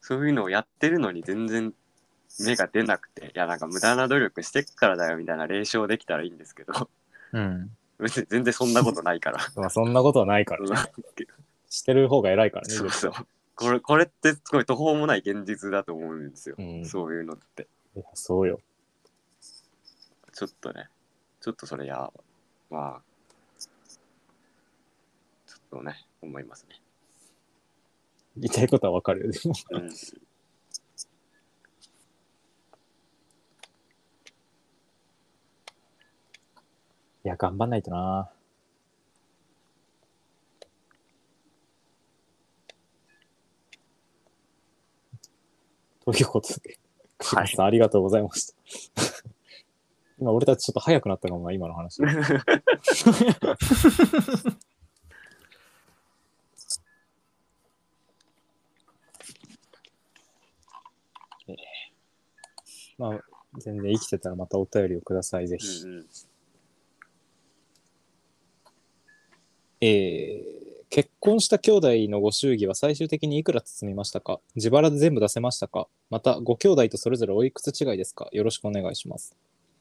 そういうのをやってるのに全然芽が出なくて、いやなんか無駄な努力してっからだよみたいな冷笑できたらいいんですけど、 うん。 別に全然そんなことないから。 まあそんなことはないからね。してる方が偉いからね。 そうそう。これってすごい途方もない現実だと思うんですよ。 うん、 そういうのって。 いや、そうよ。 ちょっとね、ちょっとそれまあ、ちょっとね、思いますね。 言いたいことはわかるよ、でも。 うん、いや、頑張んないとな。ということで、 はい、 さんありがとうございました。今、俺たちちょっと早くなったかもな、今の話。まあ、全然生きてたらまたお便りをください、ぜひ。 うんうん、 結婚した兄弟のご祝儀は最終的にいくら包みましたか？自腹で全部出せましたか？また、ご兄弟とそれぞれおいくつ違いですか？よろしくお願いします。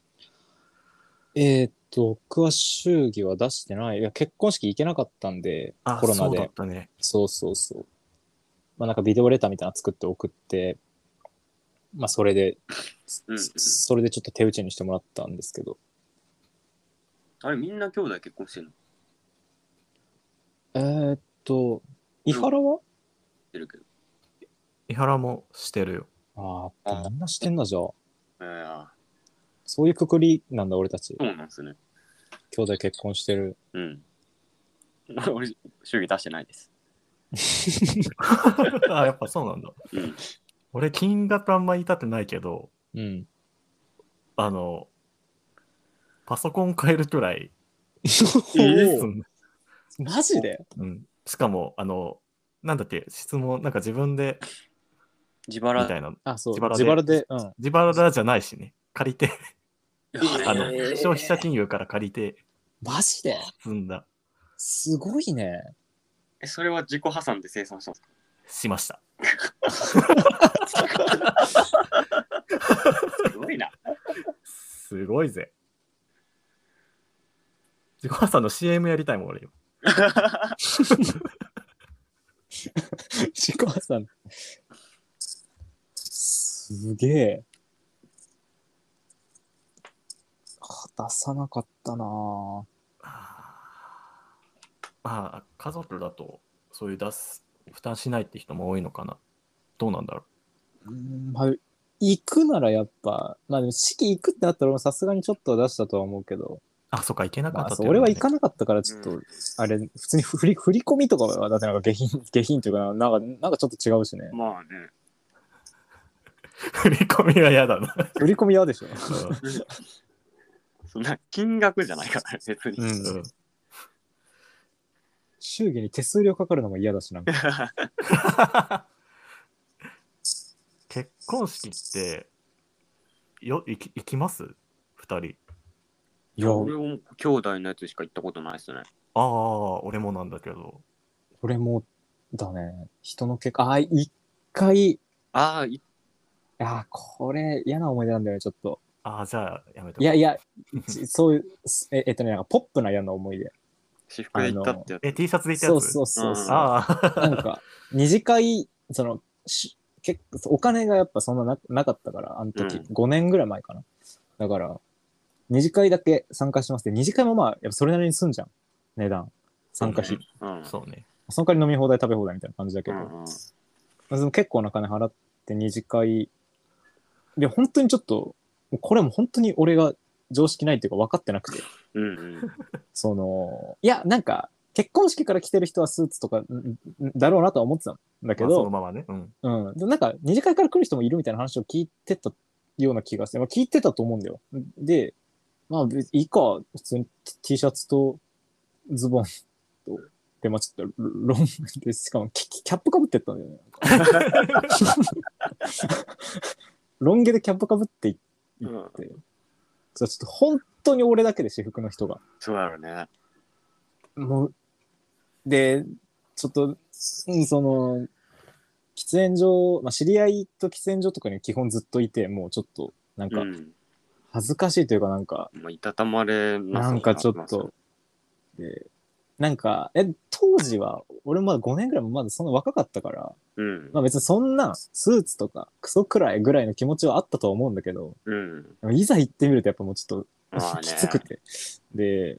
僕は祝儀は出してない。いや、結婚式行けなかったんで、コロナそうだで。 ったね。 そうそうそう。まあなんかビデオレターみたいなの作って送って、まあそれで、それでちょっと手打ちにしてもらったんですけど。 あれ、みんな兄弟結婚してんの？ 伊原は？ してるけど。 伊原もしてるよ。 ああ、みんなしてんな、じゃあ。 そういうくくりなんだ、俺たち。 そうなんですね。 兄弟結婚してる。 うん。俺、祝儀出してないです。 あ、やっぱそうなんだ。 うん。 俺、金額あんま言いたくないけど、 うん。 パソコン買えるくらいマジで？ うん。しかも、なんだっけ、質問、なんか自分で、 自腹みたいな。 あ、そう。 自腹で、 うん。 自腹じゃないしね。借りて消費者金融から借りて、 マジで？ 積んだ。 すごいね。 それは自己破産で生産したんですか？ しました。 すごいな。 すごいぜ。自己破産の CM やりたいもん、俺よ。 自己破産。すげえ。出さなかったなぁ。 家族だとそういう負担しないって人も多いのかな。どうなんだろまあ、行くならやっぱ、まあでも式行くってなったらさすがにちょっとは出したとは思うけど。 そっか、行けなかったっていう、俺は行かなかったからちょっと、あれ、普通に振り込みとかはだってなんか下品っていうかなんかちょっと違うしね。 まあね。 振り込みは嫌だな。 振り込み嫌でしょ。 そんな金額じゃないからね、別に。 祝儀に手数料かかるのも嫌だし、なんか。 結婚式って行きます ?2 人。 いや、俺も兄弟のやつしか行ったことないですね。 俺もなんだけど。 俺もだね。人の結婚、一回。これ嫌な思い出なんだよね、ちょっと。 じゃあやめとこう。いや、そういう、なんかポップな嫌な思い出。 私服で行ったってやつ。 T シャツで行ったやつ？ そう。なんか、二次会、お金がやっぱそんななかったから、あの時、5年ぐらい前かな。だから、二次会だけ参加しますって、二次会もまあ、やっぱそれなりにすんじゃん。値段。参加費。 そうね。 その代わり飲み放題食べ放題みたいな感じだけど、でも結構な金払って二次会で、本当にちょっと、これも本当に俺が常識ないっていうか分かってなくて。いや、なんか、結婚式から来てる人はスーツとかだろうなとは思ってたんだけど、 そのままね。 でなんか、二次会から来る人もいるみたいな話を聞いてたような気がして、聞いてたと思うんだよ。で、まあ、いいか、普通に T シャツとズボンと、で、まあちょっとロンで、しかもキャップかぶってったんだよね。ロン毛でキャップかぶっていって、ちょっと本当に俺だけで私服の人が。 そうだろうね。 もう、で、ちょっと、 喫煙所、知り合いと喫煙所とかに基本ずっといて、もうちょっとなんか恥ずかしいというかなんか、 いたたまれななんかちょっと、なんか当時は俺まだ5年ぐらいもまだそんな若かったから、別にそんなスーツとかクソくらいぐらいの気持ちはあったとは思うんだけど、いざ行ってみるとやっぱもうちょっときつくて、で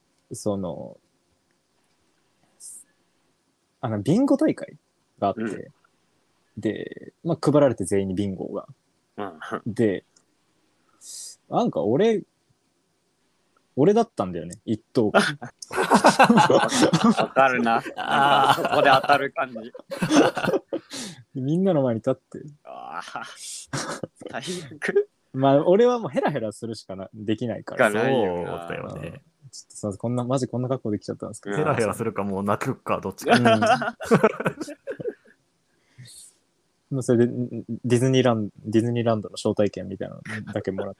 ビンゴ大会があって、で、配られて全員にビンゴが。で、なんか俺だったんだよね、一等が。 わかるな。なんかそこで当たる感じ。 みんなの前に立って。 最悪。 俺はもうヘラヘラするしかできないから。 そうだよね。 ちょっとマジこんな格好できちゃったんですけど。 ヘラヘラするかもう泣くかどっちか。 それでディズニーランドの招待券みたいなのだけもらって。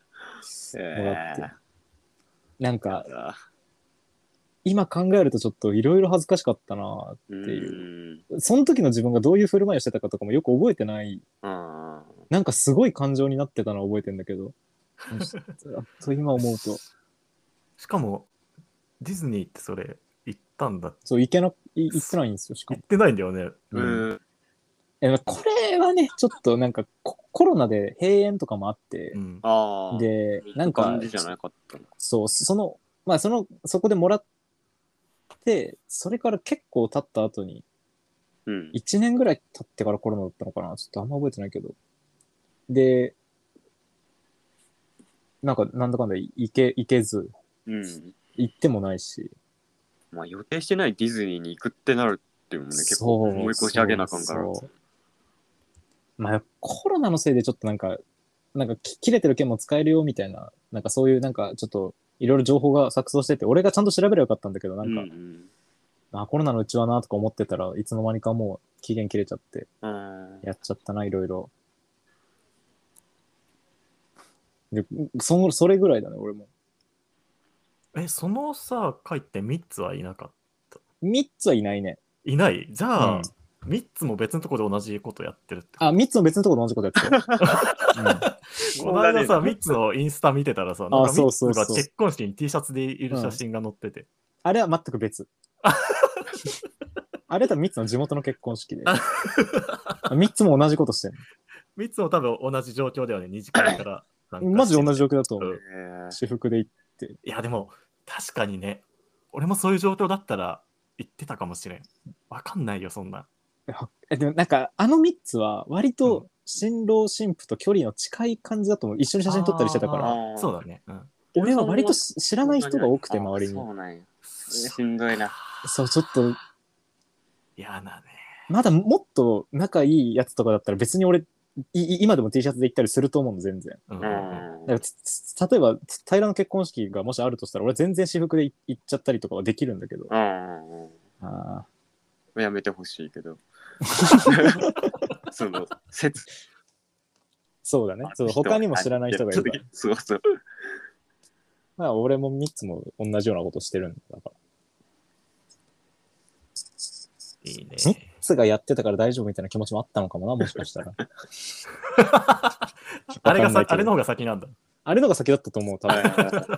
なんか今考えるとちょっといろいろ恥ずかしかったなっていう。その時の自分がどういう振る舞いをしてたかとかもよく覚えてない。なんかすごい感情になってたのは覚えてんだけど。今思うと。 しかもディズニーってそれ行ったんだ。 そう行ってないんですよ。しかも行ってないんだよね。 これはねちょっこロナで閉園とかもあって、でなんかそこでもらってそれから結構経った後に、1年ぐらい経ってからコロナだったのかな、ちょっとあんま覚えてないけど、でなんだかんだ行けず、行ってもないし、 予定してないディズニーに行くってなるっていうのもね、結構思い越し上げなあかんから。 コロナのせいでちょっとなんか切れてる券も使えるよみたいな、そういうちょっといろいろ情報が錯綜してて、俺がちゃんと調べればよかったんだけど、コロナのうちはなとか思ってたらいつの間にかもう期限切れちゃってやっちゃったな、いろいろ。でそれぐらいだね、俺も。 その回って3つはいなかった？ 3 つはいないね。 いない？じゃあ、3つも別のところで同じことやってるって。 3つも別のところで同じことやってる。この間3つのインスタ見てたらなんか3つが結婚式に T シャツでいる写真が載ってて。 あれは全く別。あれ多分3つの地元の結婚式で。3つも同じことしてる。 3つも多分同じ状況だよね、2時間から。 マジ同じ状況だと思う。私服で行って。 いや、でも確かにね、俺もそういう状況だったら行ってたかもしれん。わかんないよ、そんな。 でも3つは割と新郎新婦と距離の近い感じだと思う。一緒に写真撮ったりしてたから。 そうだね。 俺は割と知らない人が多くて、周りに。 そうなんや。しんどいな。 そう、ちょっと。 嫌だね。 まだもっと仲いいやつとかだったら別に俺、今でも T シャツで行ったりすると思うの、全然。だから例えば、平の結婚式がもしあるとしたら、俺全然私服で行っちゃったりとかはできるんだけど。 やめてほしいけど。 そうだね。他にも知らない人がいるから。 そうそう。 俺も3つも同じようなことしてるんだから。 いいね。 3つがやってたから大丈夫みたいな気持ちもあったのかもな、もしかしたら。 あれの方が先なんだ。 あれの方が先だったと思う、多分。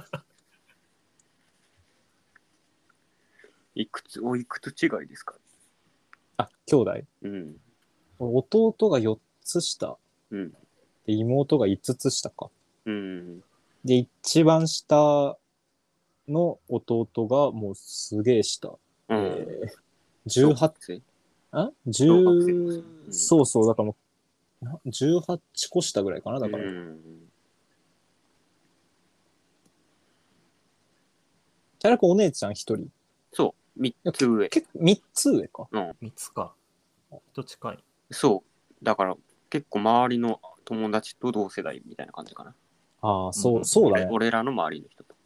おいくつ違いですか？ 兄弟？弟が4つ下。で妹が5つ下か。で、一番下の弟がもうすげえ下。18？そうそう、だからもう、18個下ぐらいかな、だから。チャラくお姉ちゃん1人。 そう、3つ上。 3つ上か。 3つか。と近い。 そう。だから結構周りの友達と同世代みたいな感じかな。 そうだね。 俺らの周りの人と。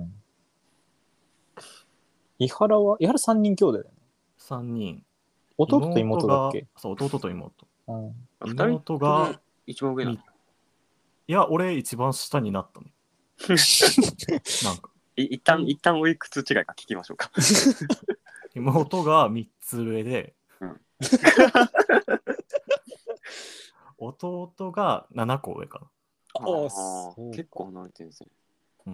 伊原3人兄弟だよね。 3人。 弟と妹だっけ？ そう、弟と妹。 妹が一番上なの？いや、俺一番下になったの。なんか。 一旦おいくつ違いか聞きましょうか。 妹が3つ上で、 弟が7個上かな。 結構離れてるんですね。 うん。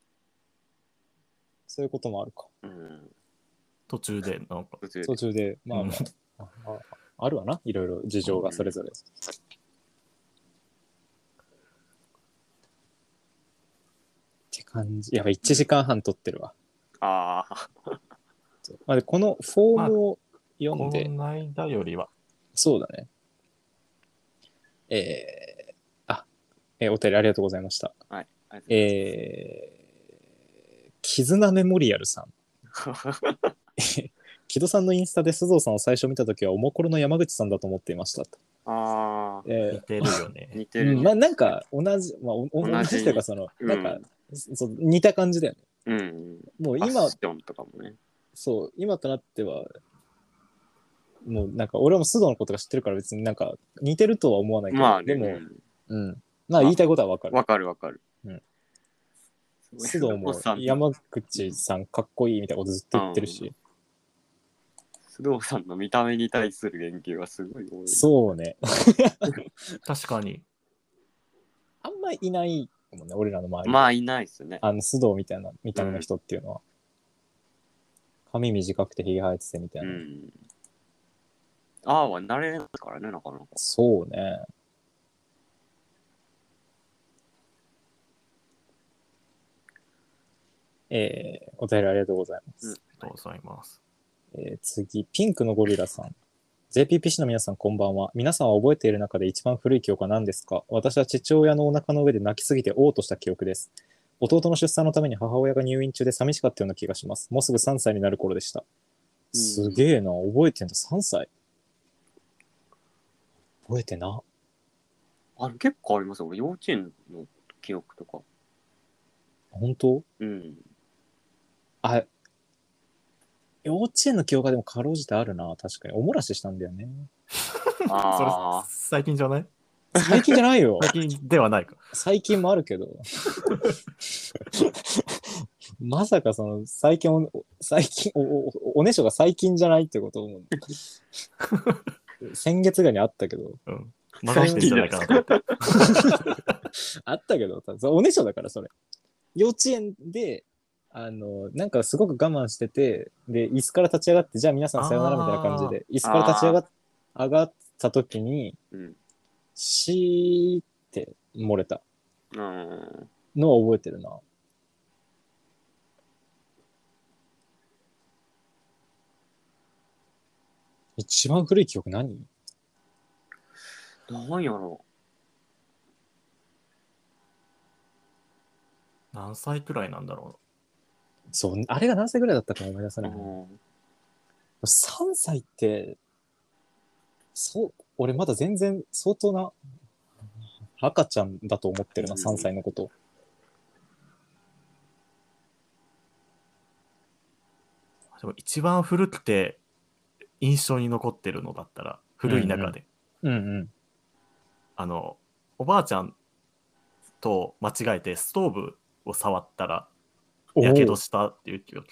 そういうこともあるか。 うん。 途中で、なんか。 途中で、まあまあ、あるわな、いろいろ事情がそれぞれ。って感じ。やばい、1時間半撮ってるわ。 ああ。 このフォームを読んで。 この間よりは。 そうだね。お便りありがとうございました。 はい。 絆メモリアルさん。木戸さんのインスタで須藤さんを最初見たときはおもころの山口さんだと思っていましたと。 ああ、 似てるよね。 似てる、ね。 まあなんか同じというかなんか、そう似た感じだよね。 うん。 もう今、 とかもね。 そう、今となっては、もうなんか俺も須藤のことが知ってるから別になんか似てるとは思わないけど、 まあね、 でも、まあ言いたいことはわかる。 わかるわかる。 須藤も山口さんかっこいいみたいなことずっと言ってるし。 須藤さんの見た目に対する言及がすごい多い。 そうね。 確かに。 あんまいないもんね、俺らの周り。 まあいないっすね。 須藤みたいな見た目の人っていうのは。髪短くてひげ生えててみたいな。 ああは慣れないからね、なかなか。 そうね。お便りありがとうございます。 ありがとうございます。 次、ピンクのゴリラさん。JPPC の皆さんこんばんは。皆さんは覚えている中で一番古い記憶は何ですか？私は父親のお腹の上で泣きすぎて嘔吐した記憶です。弟の出産のために母親が入院中で寂しかったような気がします。もうすぐ3歳になる頃でした。すげえな、覚えてんだ、3歳。覚えてな。 あれ結構ありますよ。幼稚園の記憶とか。 本当？幼稚園の記憶がでもかろうじてあるな。確かに。おもらししたんだよね。 それ最近じゃない？ 最近じゃないよ。 最近ではないか。 最近もあるけど。まさか最近おねしょが最近じゃないってことを先月ぐらいにあったけど。 混ざってんじゃないかなと思って。 あったけど、おねしょだからそれ。幼稚園で、なんかすごく我慢してて、で、椅子から立ち上がって、じゃあ皆さんさよならみたいな感じで、椅子から立ち上がった時に、シーって漏れたのは覚えてるな。一番古い記憶何やろう。何歳くらいなんだろう。そう、あれが何歳ぐらいだったか思い出さない。3歳って、俺まだ全然相当な赤ちゃんだと思ってるな、3歳のこと。 でも一番古くて印象に残ってるのだったら、古い中で。おばあちゃんと間違えてストーブを触ったら、やけどしたっていう記憶。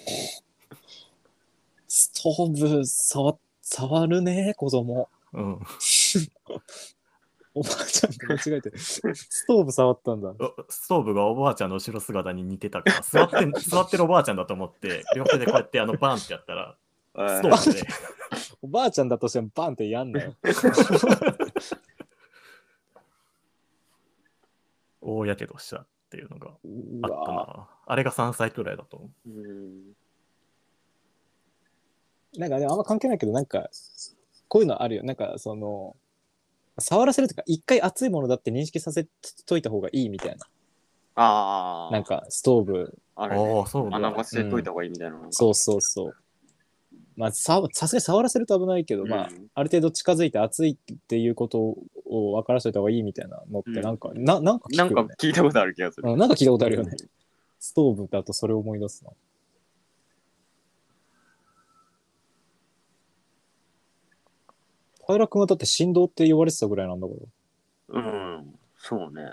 ストーブ触るね、子供。おばあちゃんと間違えて、ストーブ触ったんだ。 ストーブがおばあちゃんの後ろ姿に似てたから、座ってるおばあちゃんだと思って、両手でこうやってバンってやったら、ストーブで。 おばあちゃんだとしてもバンってやんなよ。 大やけどしたっていうのがあったな。あれが3歳くらいだと思う。 なんかね、あんま関係ないけど、なんか、こういうのあるよ。なんか、触らせるとか、一回熱いものだって認識させといた方がいいみたいな。なんか、ストーブ。 そうだ。 穴がせといた方がいいみたいな。 そうそうそう。まあ、さすがに触らせると危ないけど、まあ、ある程度近づいて熱いっていうことを分からせた方がいいみたいなのって、なんか、なんか聞くよね。 聞いたことある気がする。 なんか聞いたことあるよね。ストーブだとそれを思い出すな。平君はだって振動って言われてたぐらいなんだから。 そうね。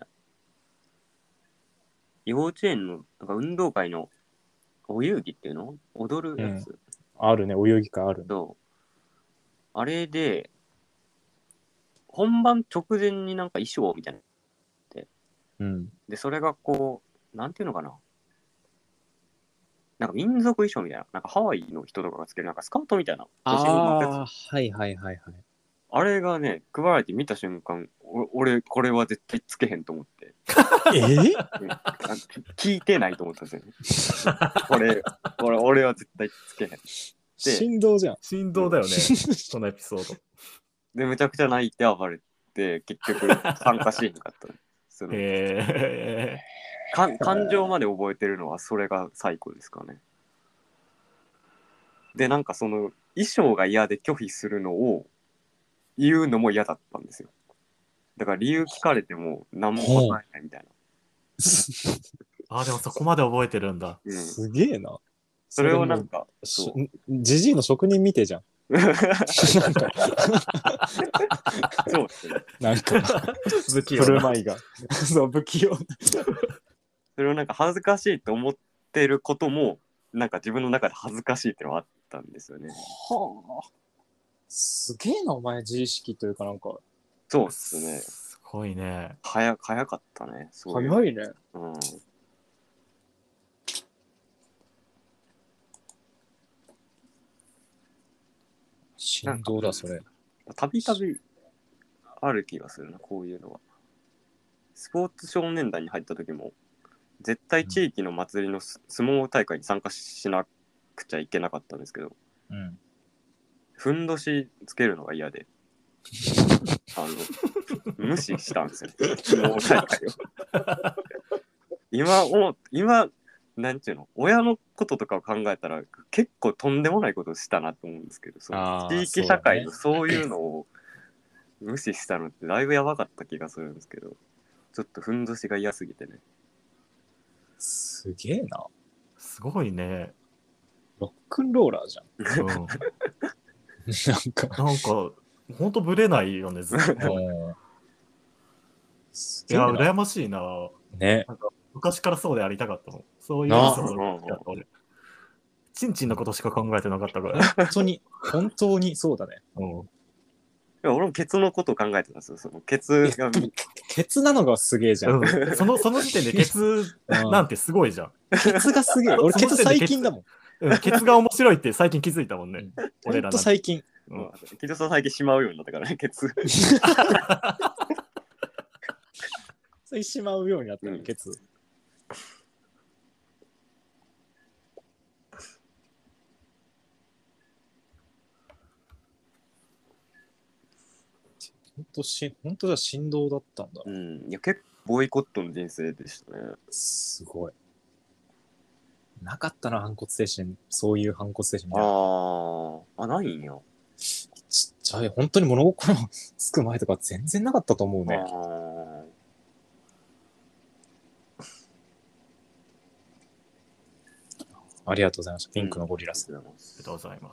幼稚園のなんか運動会のお遊戯っていうの踊るやつ、 あるね、お遊戯会あるね。 あれで、 本番直前になんか衣装みたいなで、 うん、 でそれがこうなんていうのかな、なんか民族衣装みたいな、なんかハワイの人とかがつけるなんかスカートみたいな、腰に巻くやつ。 はいはいはいはい。 あれがね、配られて見た瞬間、俺、これは絶対つけへんと思って。聞いてないと思ったんですよね。俺は絶対つけへん。 振動じゃん。 振動だよね、そのエピソード。 で、むちゃくちゃ泣いて暴れて、結局参加しへんかった。感情まで覚えてるのはそれが最高ですかね。で、なんかその衣装が嫌で拒否するのを言うのも嫌だったんですよ。だから理由聞かれても何も答えないみたいな。 でもそこまで覚えてるんだ。 すげえな。 それをなんか、 ジジイの職人見てじゃん。なんかそうですね。 なんか不器用振る舞いがそう不器用。 それをなんか恥ずかしいと思ってることもなんか自分の中で恥ずかしいっていうのはあったんですよね。 はあ。すげえなお前自意識というかなんか。 そうっすね。 すごいね。 早かったね。 早いね。 うん。 振動だそれ。 たびたびある気がするな、こういうのは。スポーツ少年団に入った時も絶対地域の祭りの相撲大会に参加しなくちゃいけなかったんですけど、 うん、 ふんどしつけるのが嫌で無視したんですよ、相撲大会を。今なんていうの、親のこととかを考えたら結構とんでもないことをしたなと思うんですけど、その地域社会のそういうのを無視したのってだいぶやばかった気がするんですけど、ちょっとふんどしが嫌すぎてね。 すげえな。 すごいね。 ロックンローラーじゃん。 なんかほんとブレないよね、ずっと。いや、羨ましいな。 ね。 なんか昔からそうでありたかったもん。そういう俺。ちんちんのことしか考えてなかったから。 本当にそうだね。 いや俺もケツのことを考えてたんですよ。そのケツが。 ケツなのがすげえじゃん。 その時点でケツなんてすごいじゃん。 ケツがすげえ。俺ケツ最近だもん。 ケツが面白いって最近気づいたもんね。 俺ら。ほんと最近。 キドさん最近しまうようになったからね、ケツ。 しまうようになったね、ケツ。本当じゃ振動だったんだ。 いや結構ボイコットの人生でしたね。 すごい。なかったな、反骨精神。そういう反骨精神みたいな。ないんや。 ちっちゃい、本当に物心つく前とか全然なかったと思うね。ありがとうございました。ピンクのゴリラス。 ありがとうございます。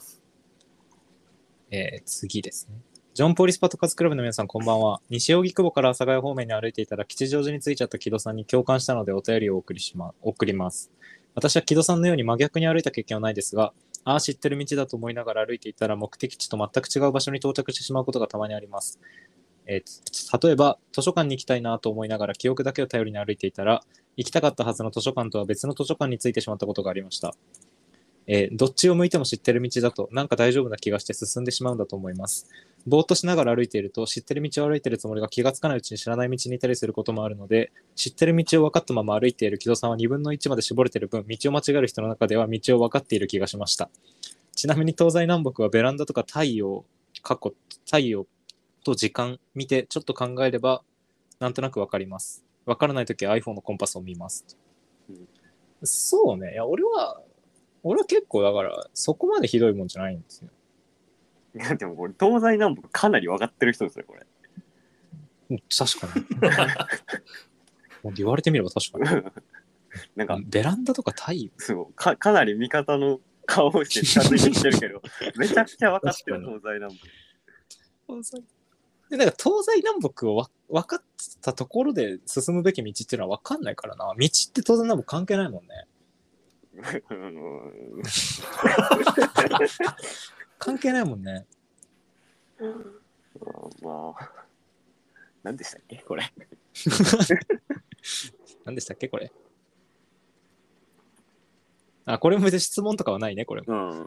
次ですね。ジョンポリスパトカツクラブの皆さん、こんばんは。西荻窪から阿佐ヶ谷方面に歩いていたら、吉祥寺に着いちゃった木戸さんに共感したのでお便りを送ります。私は木戸さんのように真逆に歩いた経験はないですが、知ってる道だと思いながら歩いていたら目的地と全く違う場所に到着してしまうことがたまにあります。例えば、図書館に行きたいなと思いながら記憶だけを頼りに歩いていたら、行きたかったはずの図書館とは別の図書館に着いてしまったことがありました。どっちを向いても知ってる道だとなんか大丈夫な気がして進んでしまうんだと思います。ぼーっとしながら歩いていると知ってる道を歩いているつもりが気がつかないうちに知らない道にいたりすることもあるので、知ってる道を分かったまま歩いている木戸さんは2分の1まで絞れている分、道を間違える人の中では道を分かっている気がしました。ちなみに東西南北はベランダとか太陽と時間見てちょっと考えればなんとなく分かります。分からないときは iPhone のコンパスを見ます。そうね。いや俺は結構だからそこまでひどいもんじゃないんですよ。 いやでもこれ東西南北かなり分かってる人ですよこれ。 確かに。言われてみれば確かに。なんかベランダとか太陽。 そうかなり味方の顔をして近づいてきてるけどめちゃくちゃ分かってる東西南北。 でなんか東西南北を分かったところで進むべき道っていうのは分かんないからな。道って東西南北関係ないもんね。関係ないもんね。 まあ何でしたっけこれ。 何でしたっけこれ。あ、これも別に質問とかはないね、これも。い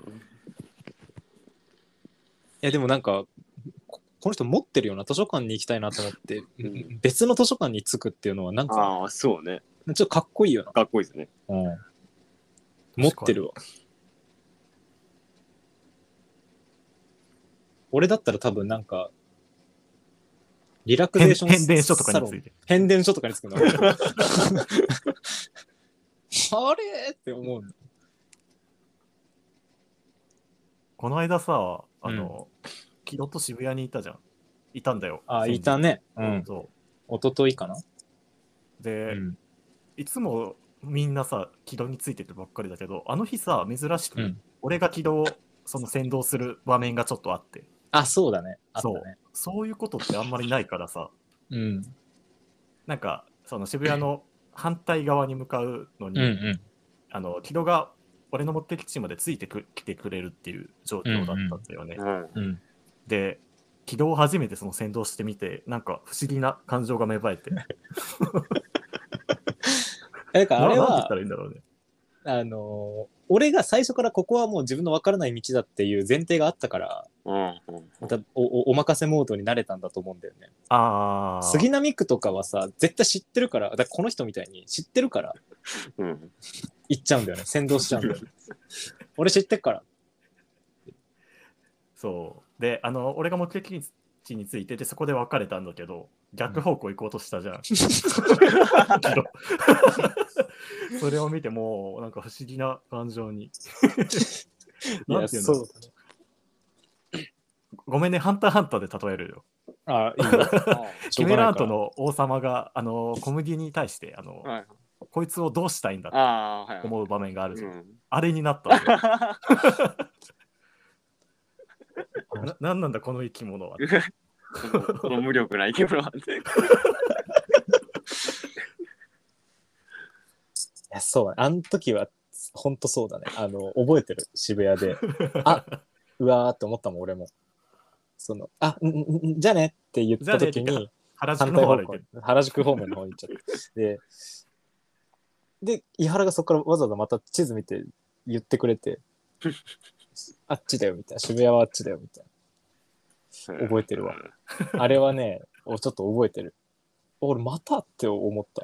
や、でもなんか、この人持ってるような図書館に行きたいなと思って、別の図書館に着くっていうのはなんか、 ああ、そうね。 ちょっとかっこいいよな。 かっこいいですね。 持ってるわ。俺だったら多分なんか、リラクゼーション変電所とかについて。 変電所とかにつくの。あれって思うの。 この間さ、木戸と渋谷にいたじゃん。いたんだよ。 あ、いたね。 そう。 一昨日かな。 で、いつもみんなさ、木戸についてるばっかりだけど、あの日さ、珍しく、俺が木戸を先導する場面がちょっとあって。 あ、そうだね。 そういうことってあんまりないからさ。なんか、渋谷の反対側に向かうのに、木戸が俺の目的地までついてきてくれるっていう状況だったんだよね。で、軌道を初めて先導してみて、なんか不思議な感情が芽生えて。 だからあれは、 なんて言ったらいいんだろうね。 俺が最初からここはもう自分の分からない道だっていう前提があったから、また お任せモードになれたんだと思うんだよね。杉並区とかはさ、絶対知ってるから、この人みたいに知ってるから、行っちゃうんだよね。先導しちゃうんだよね。俺知ってっから。そう。 で、俺が目的地についてて、そこで別れたんだけど、逆方向行こうとしたじゃん。それを見てもう、なんか不思議な感情に。なんていうの？ごめんね、ハンターハンターで例えるよ。 ああ、いいよ。 キメラートの王様が小麦に対してこいつをどうしたいんだって思う場面があるじゃん。あれになった。なんなんだこの生き物は。 この無力な生き物は。いや、そう、あの時は本当そうだね。覚えてる、渋谷で。あ、うわーって思ったもん、俺も。じゃあねって言った時に、 原宿の方に原宿方面の方に行っちゃって。で、伊原がそこからわざわざまた地図見て言ってくれて、あっちだよみたいな、渋谷はあっちだよみたいな。覚えてるわ。あれはね、ちょっと覚えてる。俺またって思った。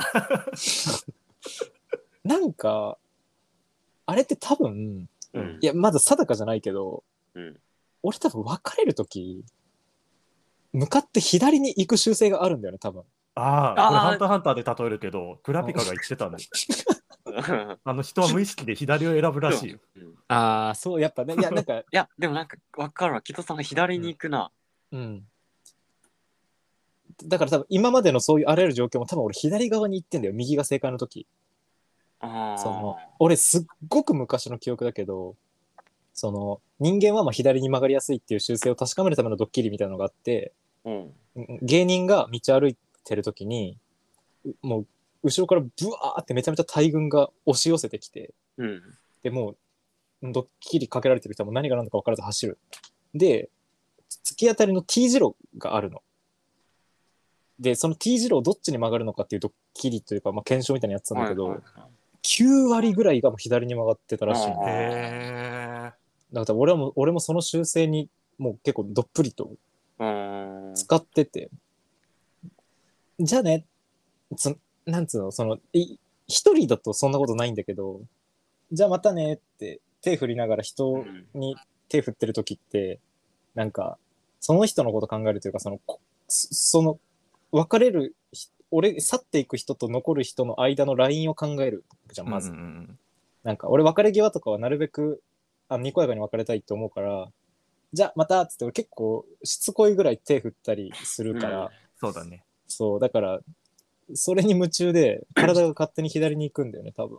なんか、あれって多分、いや、まだ定かじゃないけど、俺多分別れるとき、向かって左に行く習性があるんだよね、多分。 これハンターハンターで例えるけど、クラピカが言ってたんだよ。人は無意識で左を選ぶらしいよ。 そう、やっぱね。いや、なんか、 いや、でもなんか分かるわ。木戸さんが左に行くな。 だから多分今までのそういうあらゆる状況も多分俺左側に行ってんだよ。右が正解の時。俺すっごく昔の記憶だけど、人間はまあ左に曲がりやすいっていう習性を確かめるためのドッキリみたいなのがあって、芸人が道歩いてる時にもう後ろからブワーってめちゃめちゃ大軍が押し寄せてきて、でもうドッキリかけられてる人はもう何が何だか分からず走る。で、突き当たりの T 字路があるの。で、その T 字路をどっちに曲がるのかっていうドッキリというか、まあ、検証みたいなやつなんだけど、9割ぐらいがもう左に曲がってたらしい。だから俺もその習性にもう結構どっぷりと使ってて、じゃあね、なんつうの、一人だとそんなことないんだけど、じゃあまたねって手振りながら人に手振ってる時って、なんかその人のこと考えるというか、別れる去っていく人と残る人の間のラインを考えるじゃん、まず。なんか俺別れ際とかはなるべくにこやかに別れたいって思うから、じゃあまたっつって俺結構しつこいぐらい手振ったりするから、 そうだね。 そうだからそれに夢中で体が勝手に左に行くんだよね、多分。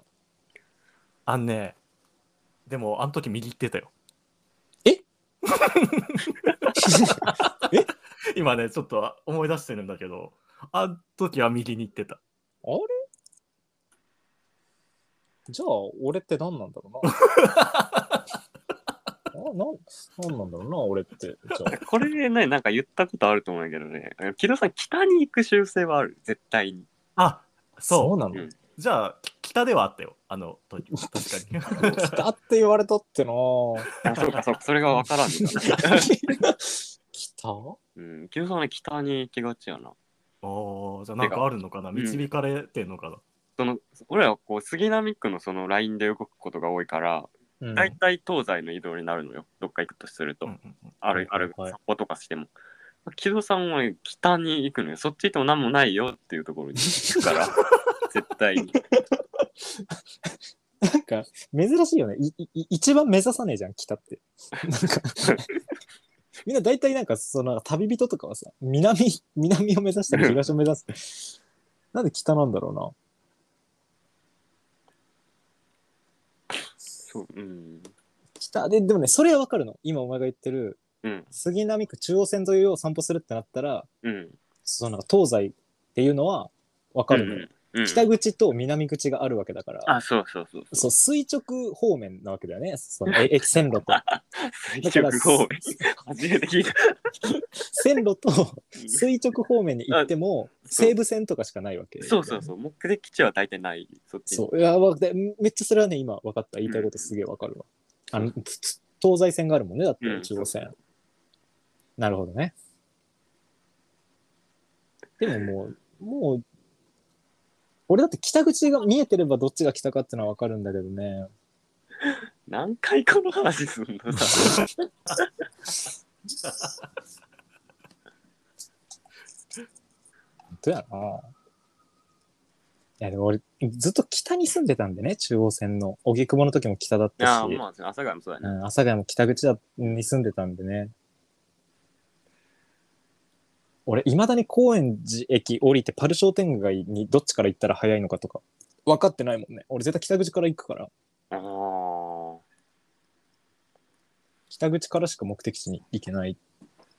でもあの時右行ってたよ。 え今ねちょっと思い出してるんだけど、あの時は右に行ってた。 あれじゃあ俺って何なんだろうな。 何なんだろうな、俺って。じゃあこれね、なんか言ったことあると思うんだけどね、木戸さん、北に行く習性はある、絶対に。 あ、そうなの、 じゃあ、北ではあったよ、あの時。確かに。 北って言われとってなあ、そうか、そうか、それが分からんねんな。 北うん、木戸さんはね、北に行きがちやな。 おー、じゃあなんかあるのかな、導かれてんのかな。 俺らはこう杉並区のそのラインで動くことが多いから、大体東西の移動になるのよ、どっか行くとすると。ある、札幌とかしても。木戸さんは北に行くのよ。そっち行っても何もないよっていうところに行くから、絶対に。 なんか、珍しいよね。一番目指さねえじゃん、北って。なんかみんな大体なんか、その旅人とかはさ、南を目指したり東を目指す。なんで北なんだろうな。 そう、うん。 北でもね、それはわかるの。今お前が言ってる、杉並区中央線沿いを散歩するってなったら、その東西っていうのはわかるのよ。北口と南口があるわけだから。 あ、そう。 そう、垂直方面なわけだよね。その駅線路と。 垂直方面。初めて聞いた。 線路と垂直方面に行っても西武線とかしかないわけ、ね。 そう。目的地は大体ない。そっち。 そう。いや、めっちゃそれはね、今分かった。言いたいことすげえ分かるわ。東西線があるもんね。だって中央線。なるほどね。でももう、俺だって北口が見えてればどっちが北かってのは分かるんだけどね。 何回この話すんのさ。 本当やな。いやでも俺ずっと北に住んでたんでね、中央線の荻窪の時も北だったし、 ああ、まあ阿佐ヶ谷もそうやね。 阿佐ヶ谷も北口に住んでたんでね。俺いまだに高円寺駅降りてパル商店街にどっちから行ったら早いのかとか分かってないもんね。俺絶対北口から行くから。ああ。北口からしか目的地に行けない。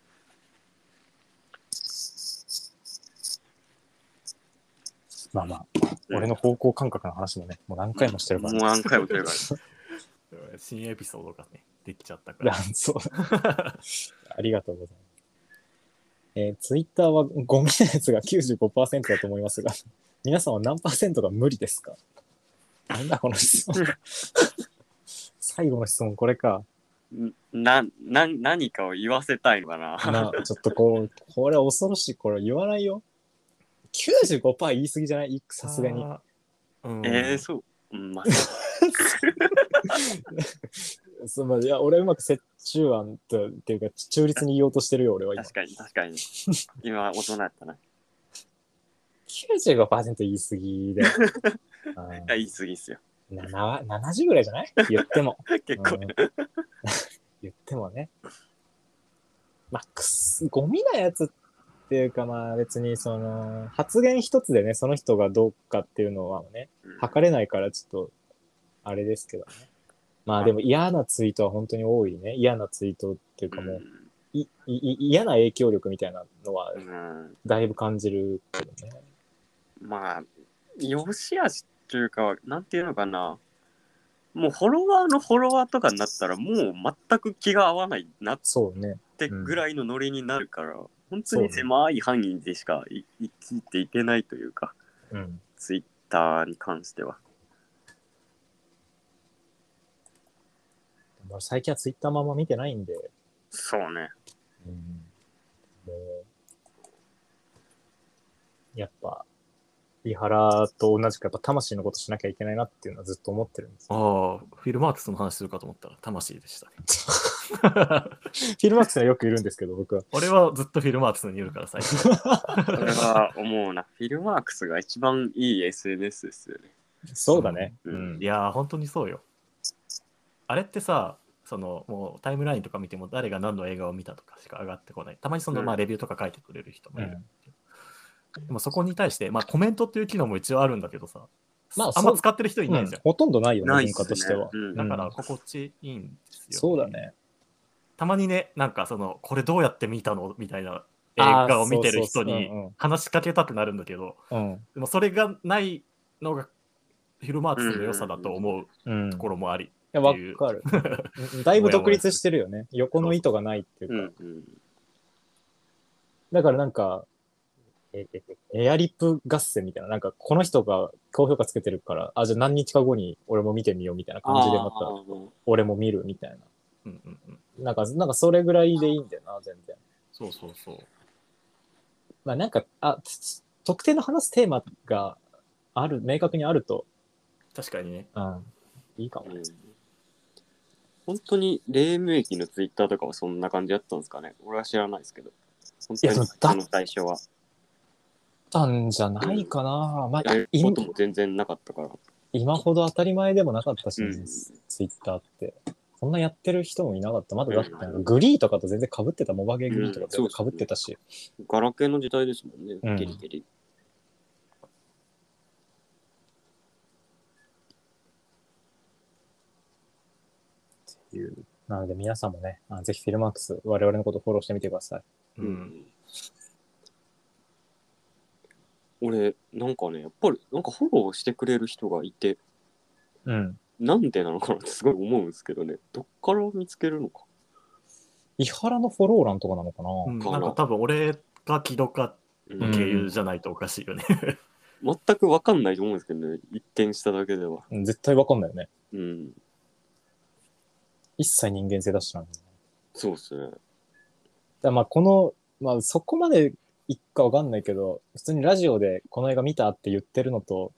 まあ、俺の方向感覚の話もね、もう何回もしてるから、ね。 もう何回もしてるから、 ね。新エピソードがね、できちゃったから。 そう。ありがとうございます。ツイッターはゴミのやつが 95% だと思いますが、皆さんは何%が無理ですか？なんだこの質問。最後の質問これか。 何かを言わせたいのかな。 ちょっとこれ恐ろしい。これ言わないよ。95% 言い過ぎじゃない？さすがに。 そう。まあいや俺うまく折衷案っていうか中立に言おうとしてるよ俺は今。 確かに今大人やったな。 95% 言い過ぎだよ。 いや言い過ぎっすよ。 70ぐらいじゃない？言っても結構、 言ってもね。まあゴミなやつっていうか、まあ別にその発言一つでね、その人がどうかっていうのはね、測れないからちょっとあれですけどね。まあでも嫌なツイートは本当に多いね。嫌なツイートっていうかもう、嫌な影響力みたいなのはだいぶ感じるけどね。 まあ、よしあしっていうか、なんていうのかな。もうフォロワーとかになったらもう全く気が合わないなってぐらいのノリになるから、本当に狭い範囲でしか生きていけないというか、ツイッターに関しては。 最近はツイッターまま見てないんで。 そうね。 もうやっぱ井原と同じくやっぱ魂のことしなきゃいけないなっていうのはずっと思ってるんですよ。ああ、フィルマークスの話するかと思ったら魂でしたね。 フィルマークスにはよくいるんですけど、僕は。 俺はずっとフィルマークスにいるから最近。 それは思うな。フィルマークスが一番いい SNS ですよね。 そうだね。 いやー、本当にそうよ。あれってさ、もうタイムラインとか見ても誰が何の映画を見たとかしか上がってこない。たまにレビューとか書いてくれる人もいる。でもそこに対して、コメントっていう機能も一応あるんだけどさ、あんま使ってる人いないじゃん。 ほとんどないよね、文化としては。 だから心地いいんですよ。 そうだね。 たまにね、なんかこれどうやって見たのみたいな映画を見てる人に話しかけたくなるんだけど、でもそれがないのがフィルマークスの良さだと思うところもあり。 てわいう。 かる。だいぶ独立してるよね。横の糸がないっていうか。だからなんか、エアリップ合戦みたいな、なんかこの人が高評価つけてるから、じゃあ何日か後に俺も見てみようみたいな感じでまた俺も見るみたいな。なんかそれぐらいでいいんだよな、全然。 そうそうそう。 まあなんか、特定の話すテーマが明確にあると。 確かにね。 いいかもね。 本当に黎明期のツイッターとかはそんな感じだったんですかね。俺は知らないですけど。本当にその最初は。 たんじゃないかな。まあ、 ことも全然なかったから。 今ほど当たり前でもなかったし、ツイッターって。そんなやってる人もいなかった。まだだって、グリーとかと全然被ってた。モバゲーグリーとかと被ってたし。 ガラケーの時代ですもんね。ゲリゲリ。 っていう。なので皆さんもね、ぜひフィルマークス、我々のことフォローしてみてください。 俺、なんかね、やっぱり、なんかフォローしてくれる人がいて、なんでなのかなってすごい思うんですけどね。どっから見つけるのか。 伊原のフォロー欄とかなのかな、 なんか多分俺が木戸かの経由じゃないとおかしいよね。 全く分かんないと思うんですけどね。一見しただけでは。 絶対分かんないよね。一切人間性出してない。 そうっすね。 だまあそこまでいっか分かんないけど、普通にラジオでこの映画見たって言ってるのと、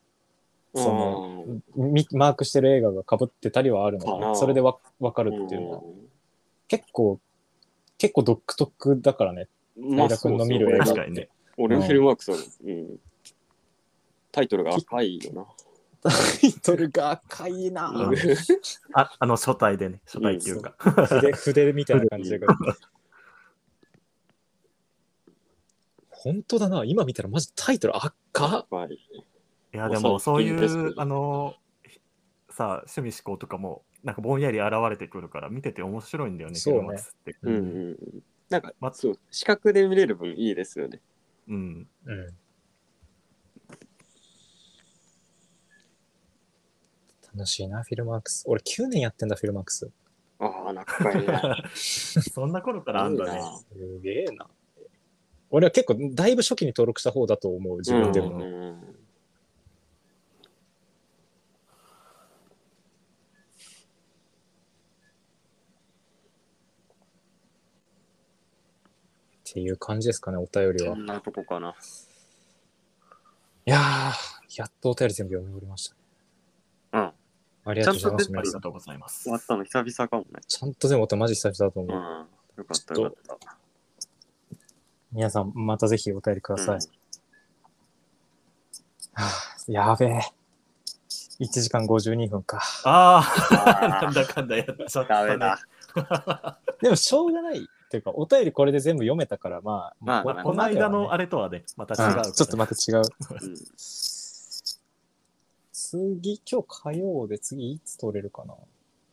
マークしてる映画が被ってたりはあるのかな。それで分かるっていうのは。結構独特だからね。平君の見る映画って。 俺のフィルマークスは、タイトルが赤いよな。 タイトルが赤いな。 初対でね、初対っていうか。 筆みたいな感じだから。本当だな。今見たらマジタイトル赤。 いやでもそういうさ趣味思考とかもなんかぼんやり現れてくるから見てて面白いんだよね。 そうね。 なんかそう視覚で見れる分いいですよね。 楽しいなフィルマークス。俺9年やってんだフィルマークス。 仲いいな。 そんな頃からあんだね。 すげえな。俺は結構だいぶ初期に登録した方だと思う自分でも。っていう感じですかね、お便りは。 そんなとこかな。 いやー、やっとお便り全部読み終わりましたね。ありがとうございます。 ありがとうございます。 終わったの久々かもね。 ちゃんと全部終わったマジ久々だと思う。 よかったよかった。 皆さん、またぜひお便りください。やべえ。1時間52分か。 なんだかんだやっちゃったね。 でもしょうがないっていうか、お便りこれで全部読めたから、まあ、この間のあれとはね、また違う。 ちょっとまた違う。次、今日火曜で次いつ撮れるかな。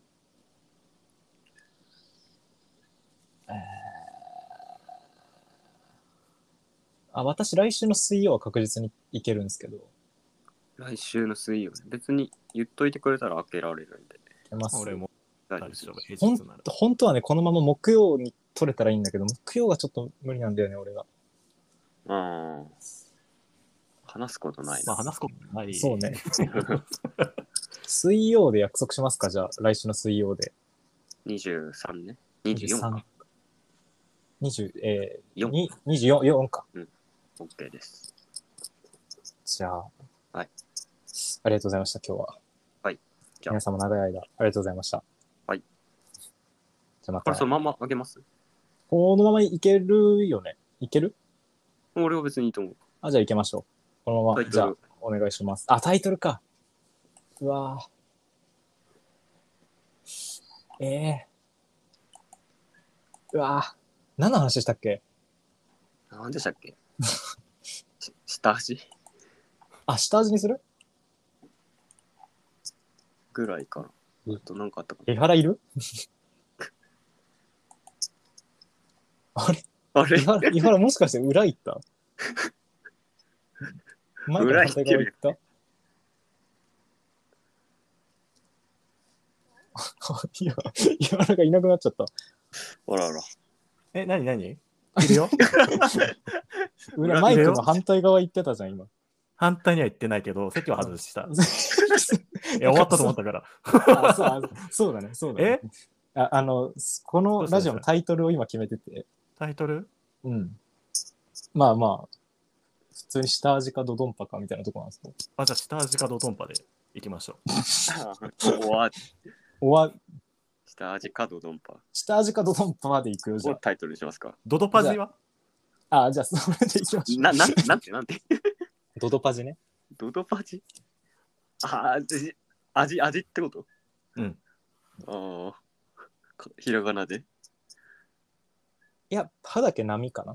私来週の水曜は確実に行けるんですけど。 来週の水曜ね。別に言っといてくれたら開けられるんで。 俺も本当はね、このまま木曜に撮れたらいいんだけど、木曜はちょっと無理なんだよね、俺が。 話すことないな。 話すことない。 そうね。水曜で約束しますか、じゃあ、来週の水曜で。 23ね。24か。 24か。 OK です。 じゃあ、 はい。 ありがとうございました、今日は。 はい。 じゃあ皆さんも長い間、ありがとうございました。 はい。 じゃあまた。 そのままあげます？ このままいけるよね。いける？ 俺は別にいいと思う。 じゃあ行きましょう。このまま、じゃあ、お願いします。タイトルか。うわうわ何の話したっけ？ 何でしたっけ？下味？ 下味にする？ ぐらいかな。あと何かあったかな。江原いる？あれ江原もしかして裏行った？前から反対側行った？ 今なんかいなくなっちゃった。 あらあら。 何いるよ。 マイクの反対側行ってたじゃん、今。 反対には行ってないけど、席は外した。終わったと思ったから。 そうだね。このラジオのタイトルを今決めてて。 タイトル？ うん。まあまあ、普通に下味かドドンパかみたいなとこなんですけど。 じゃあ下味かドドンパでいきましょう。 下味かドドンパ。 下味かドドンパまでいくよ、じゃあ。 タイトルにしますか。 ドドパジは？ じゃあそれでいきましょう。 なんてドドパジね。 ドドパジ？味ってこと？ うん。 ひらがなで？ いや、パだけ波かな。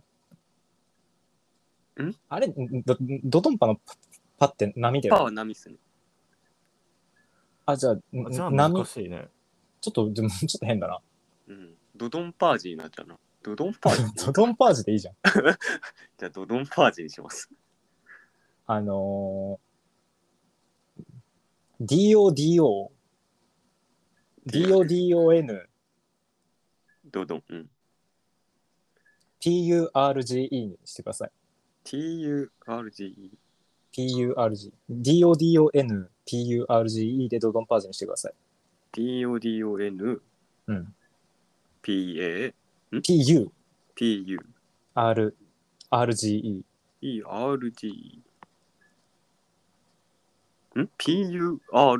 あれ、ドドンパのパって波だよ。 パは波っすね。 じゃあ難しいね。 ちょっと変だな。 ドドンパージになっちゃうな。ドドンパージドドンパージでいいじゃん。 じゃあドドンパージにします。 DODO DODON ドドン。 PURGE にしてください。 TURGE PURG DODON PURGE でドドンパージにしてください。 DODON PA PU PU RGE ERG PURGI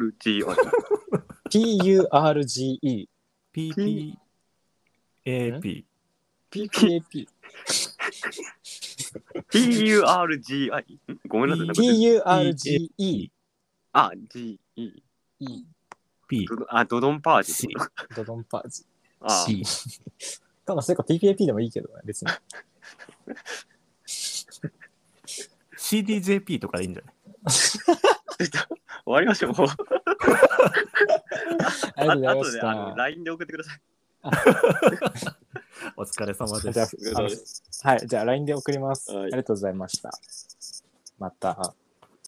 PURGE PPAP PPAP PURGI ごめんなさい。 PURGE GE P ドドンパージ。 ドドンパージ。 C それか PPAP でもいいけどね、別に。 CDJP とかでいいんじゃない？ 終わりましょう。 ありがとうございました。 後でLINE で送ってください。 お疲れ様です。 はい、じゃあ LINE で送ります。ありがとうございました。また。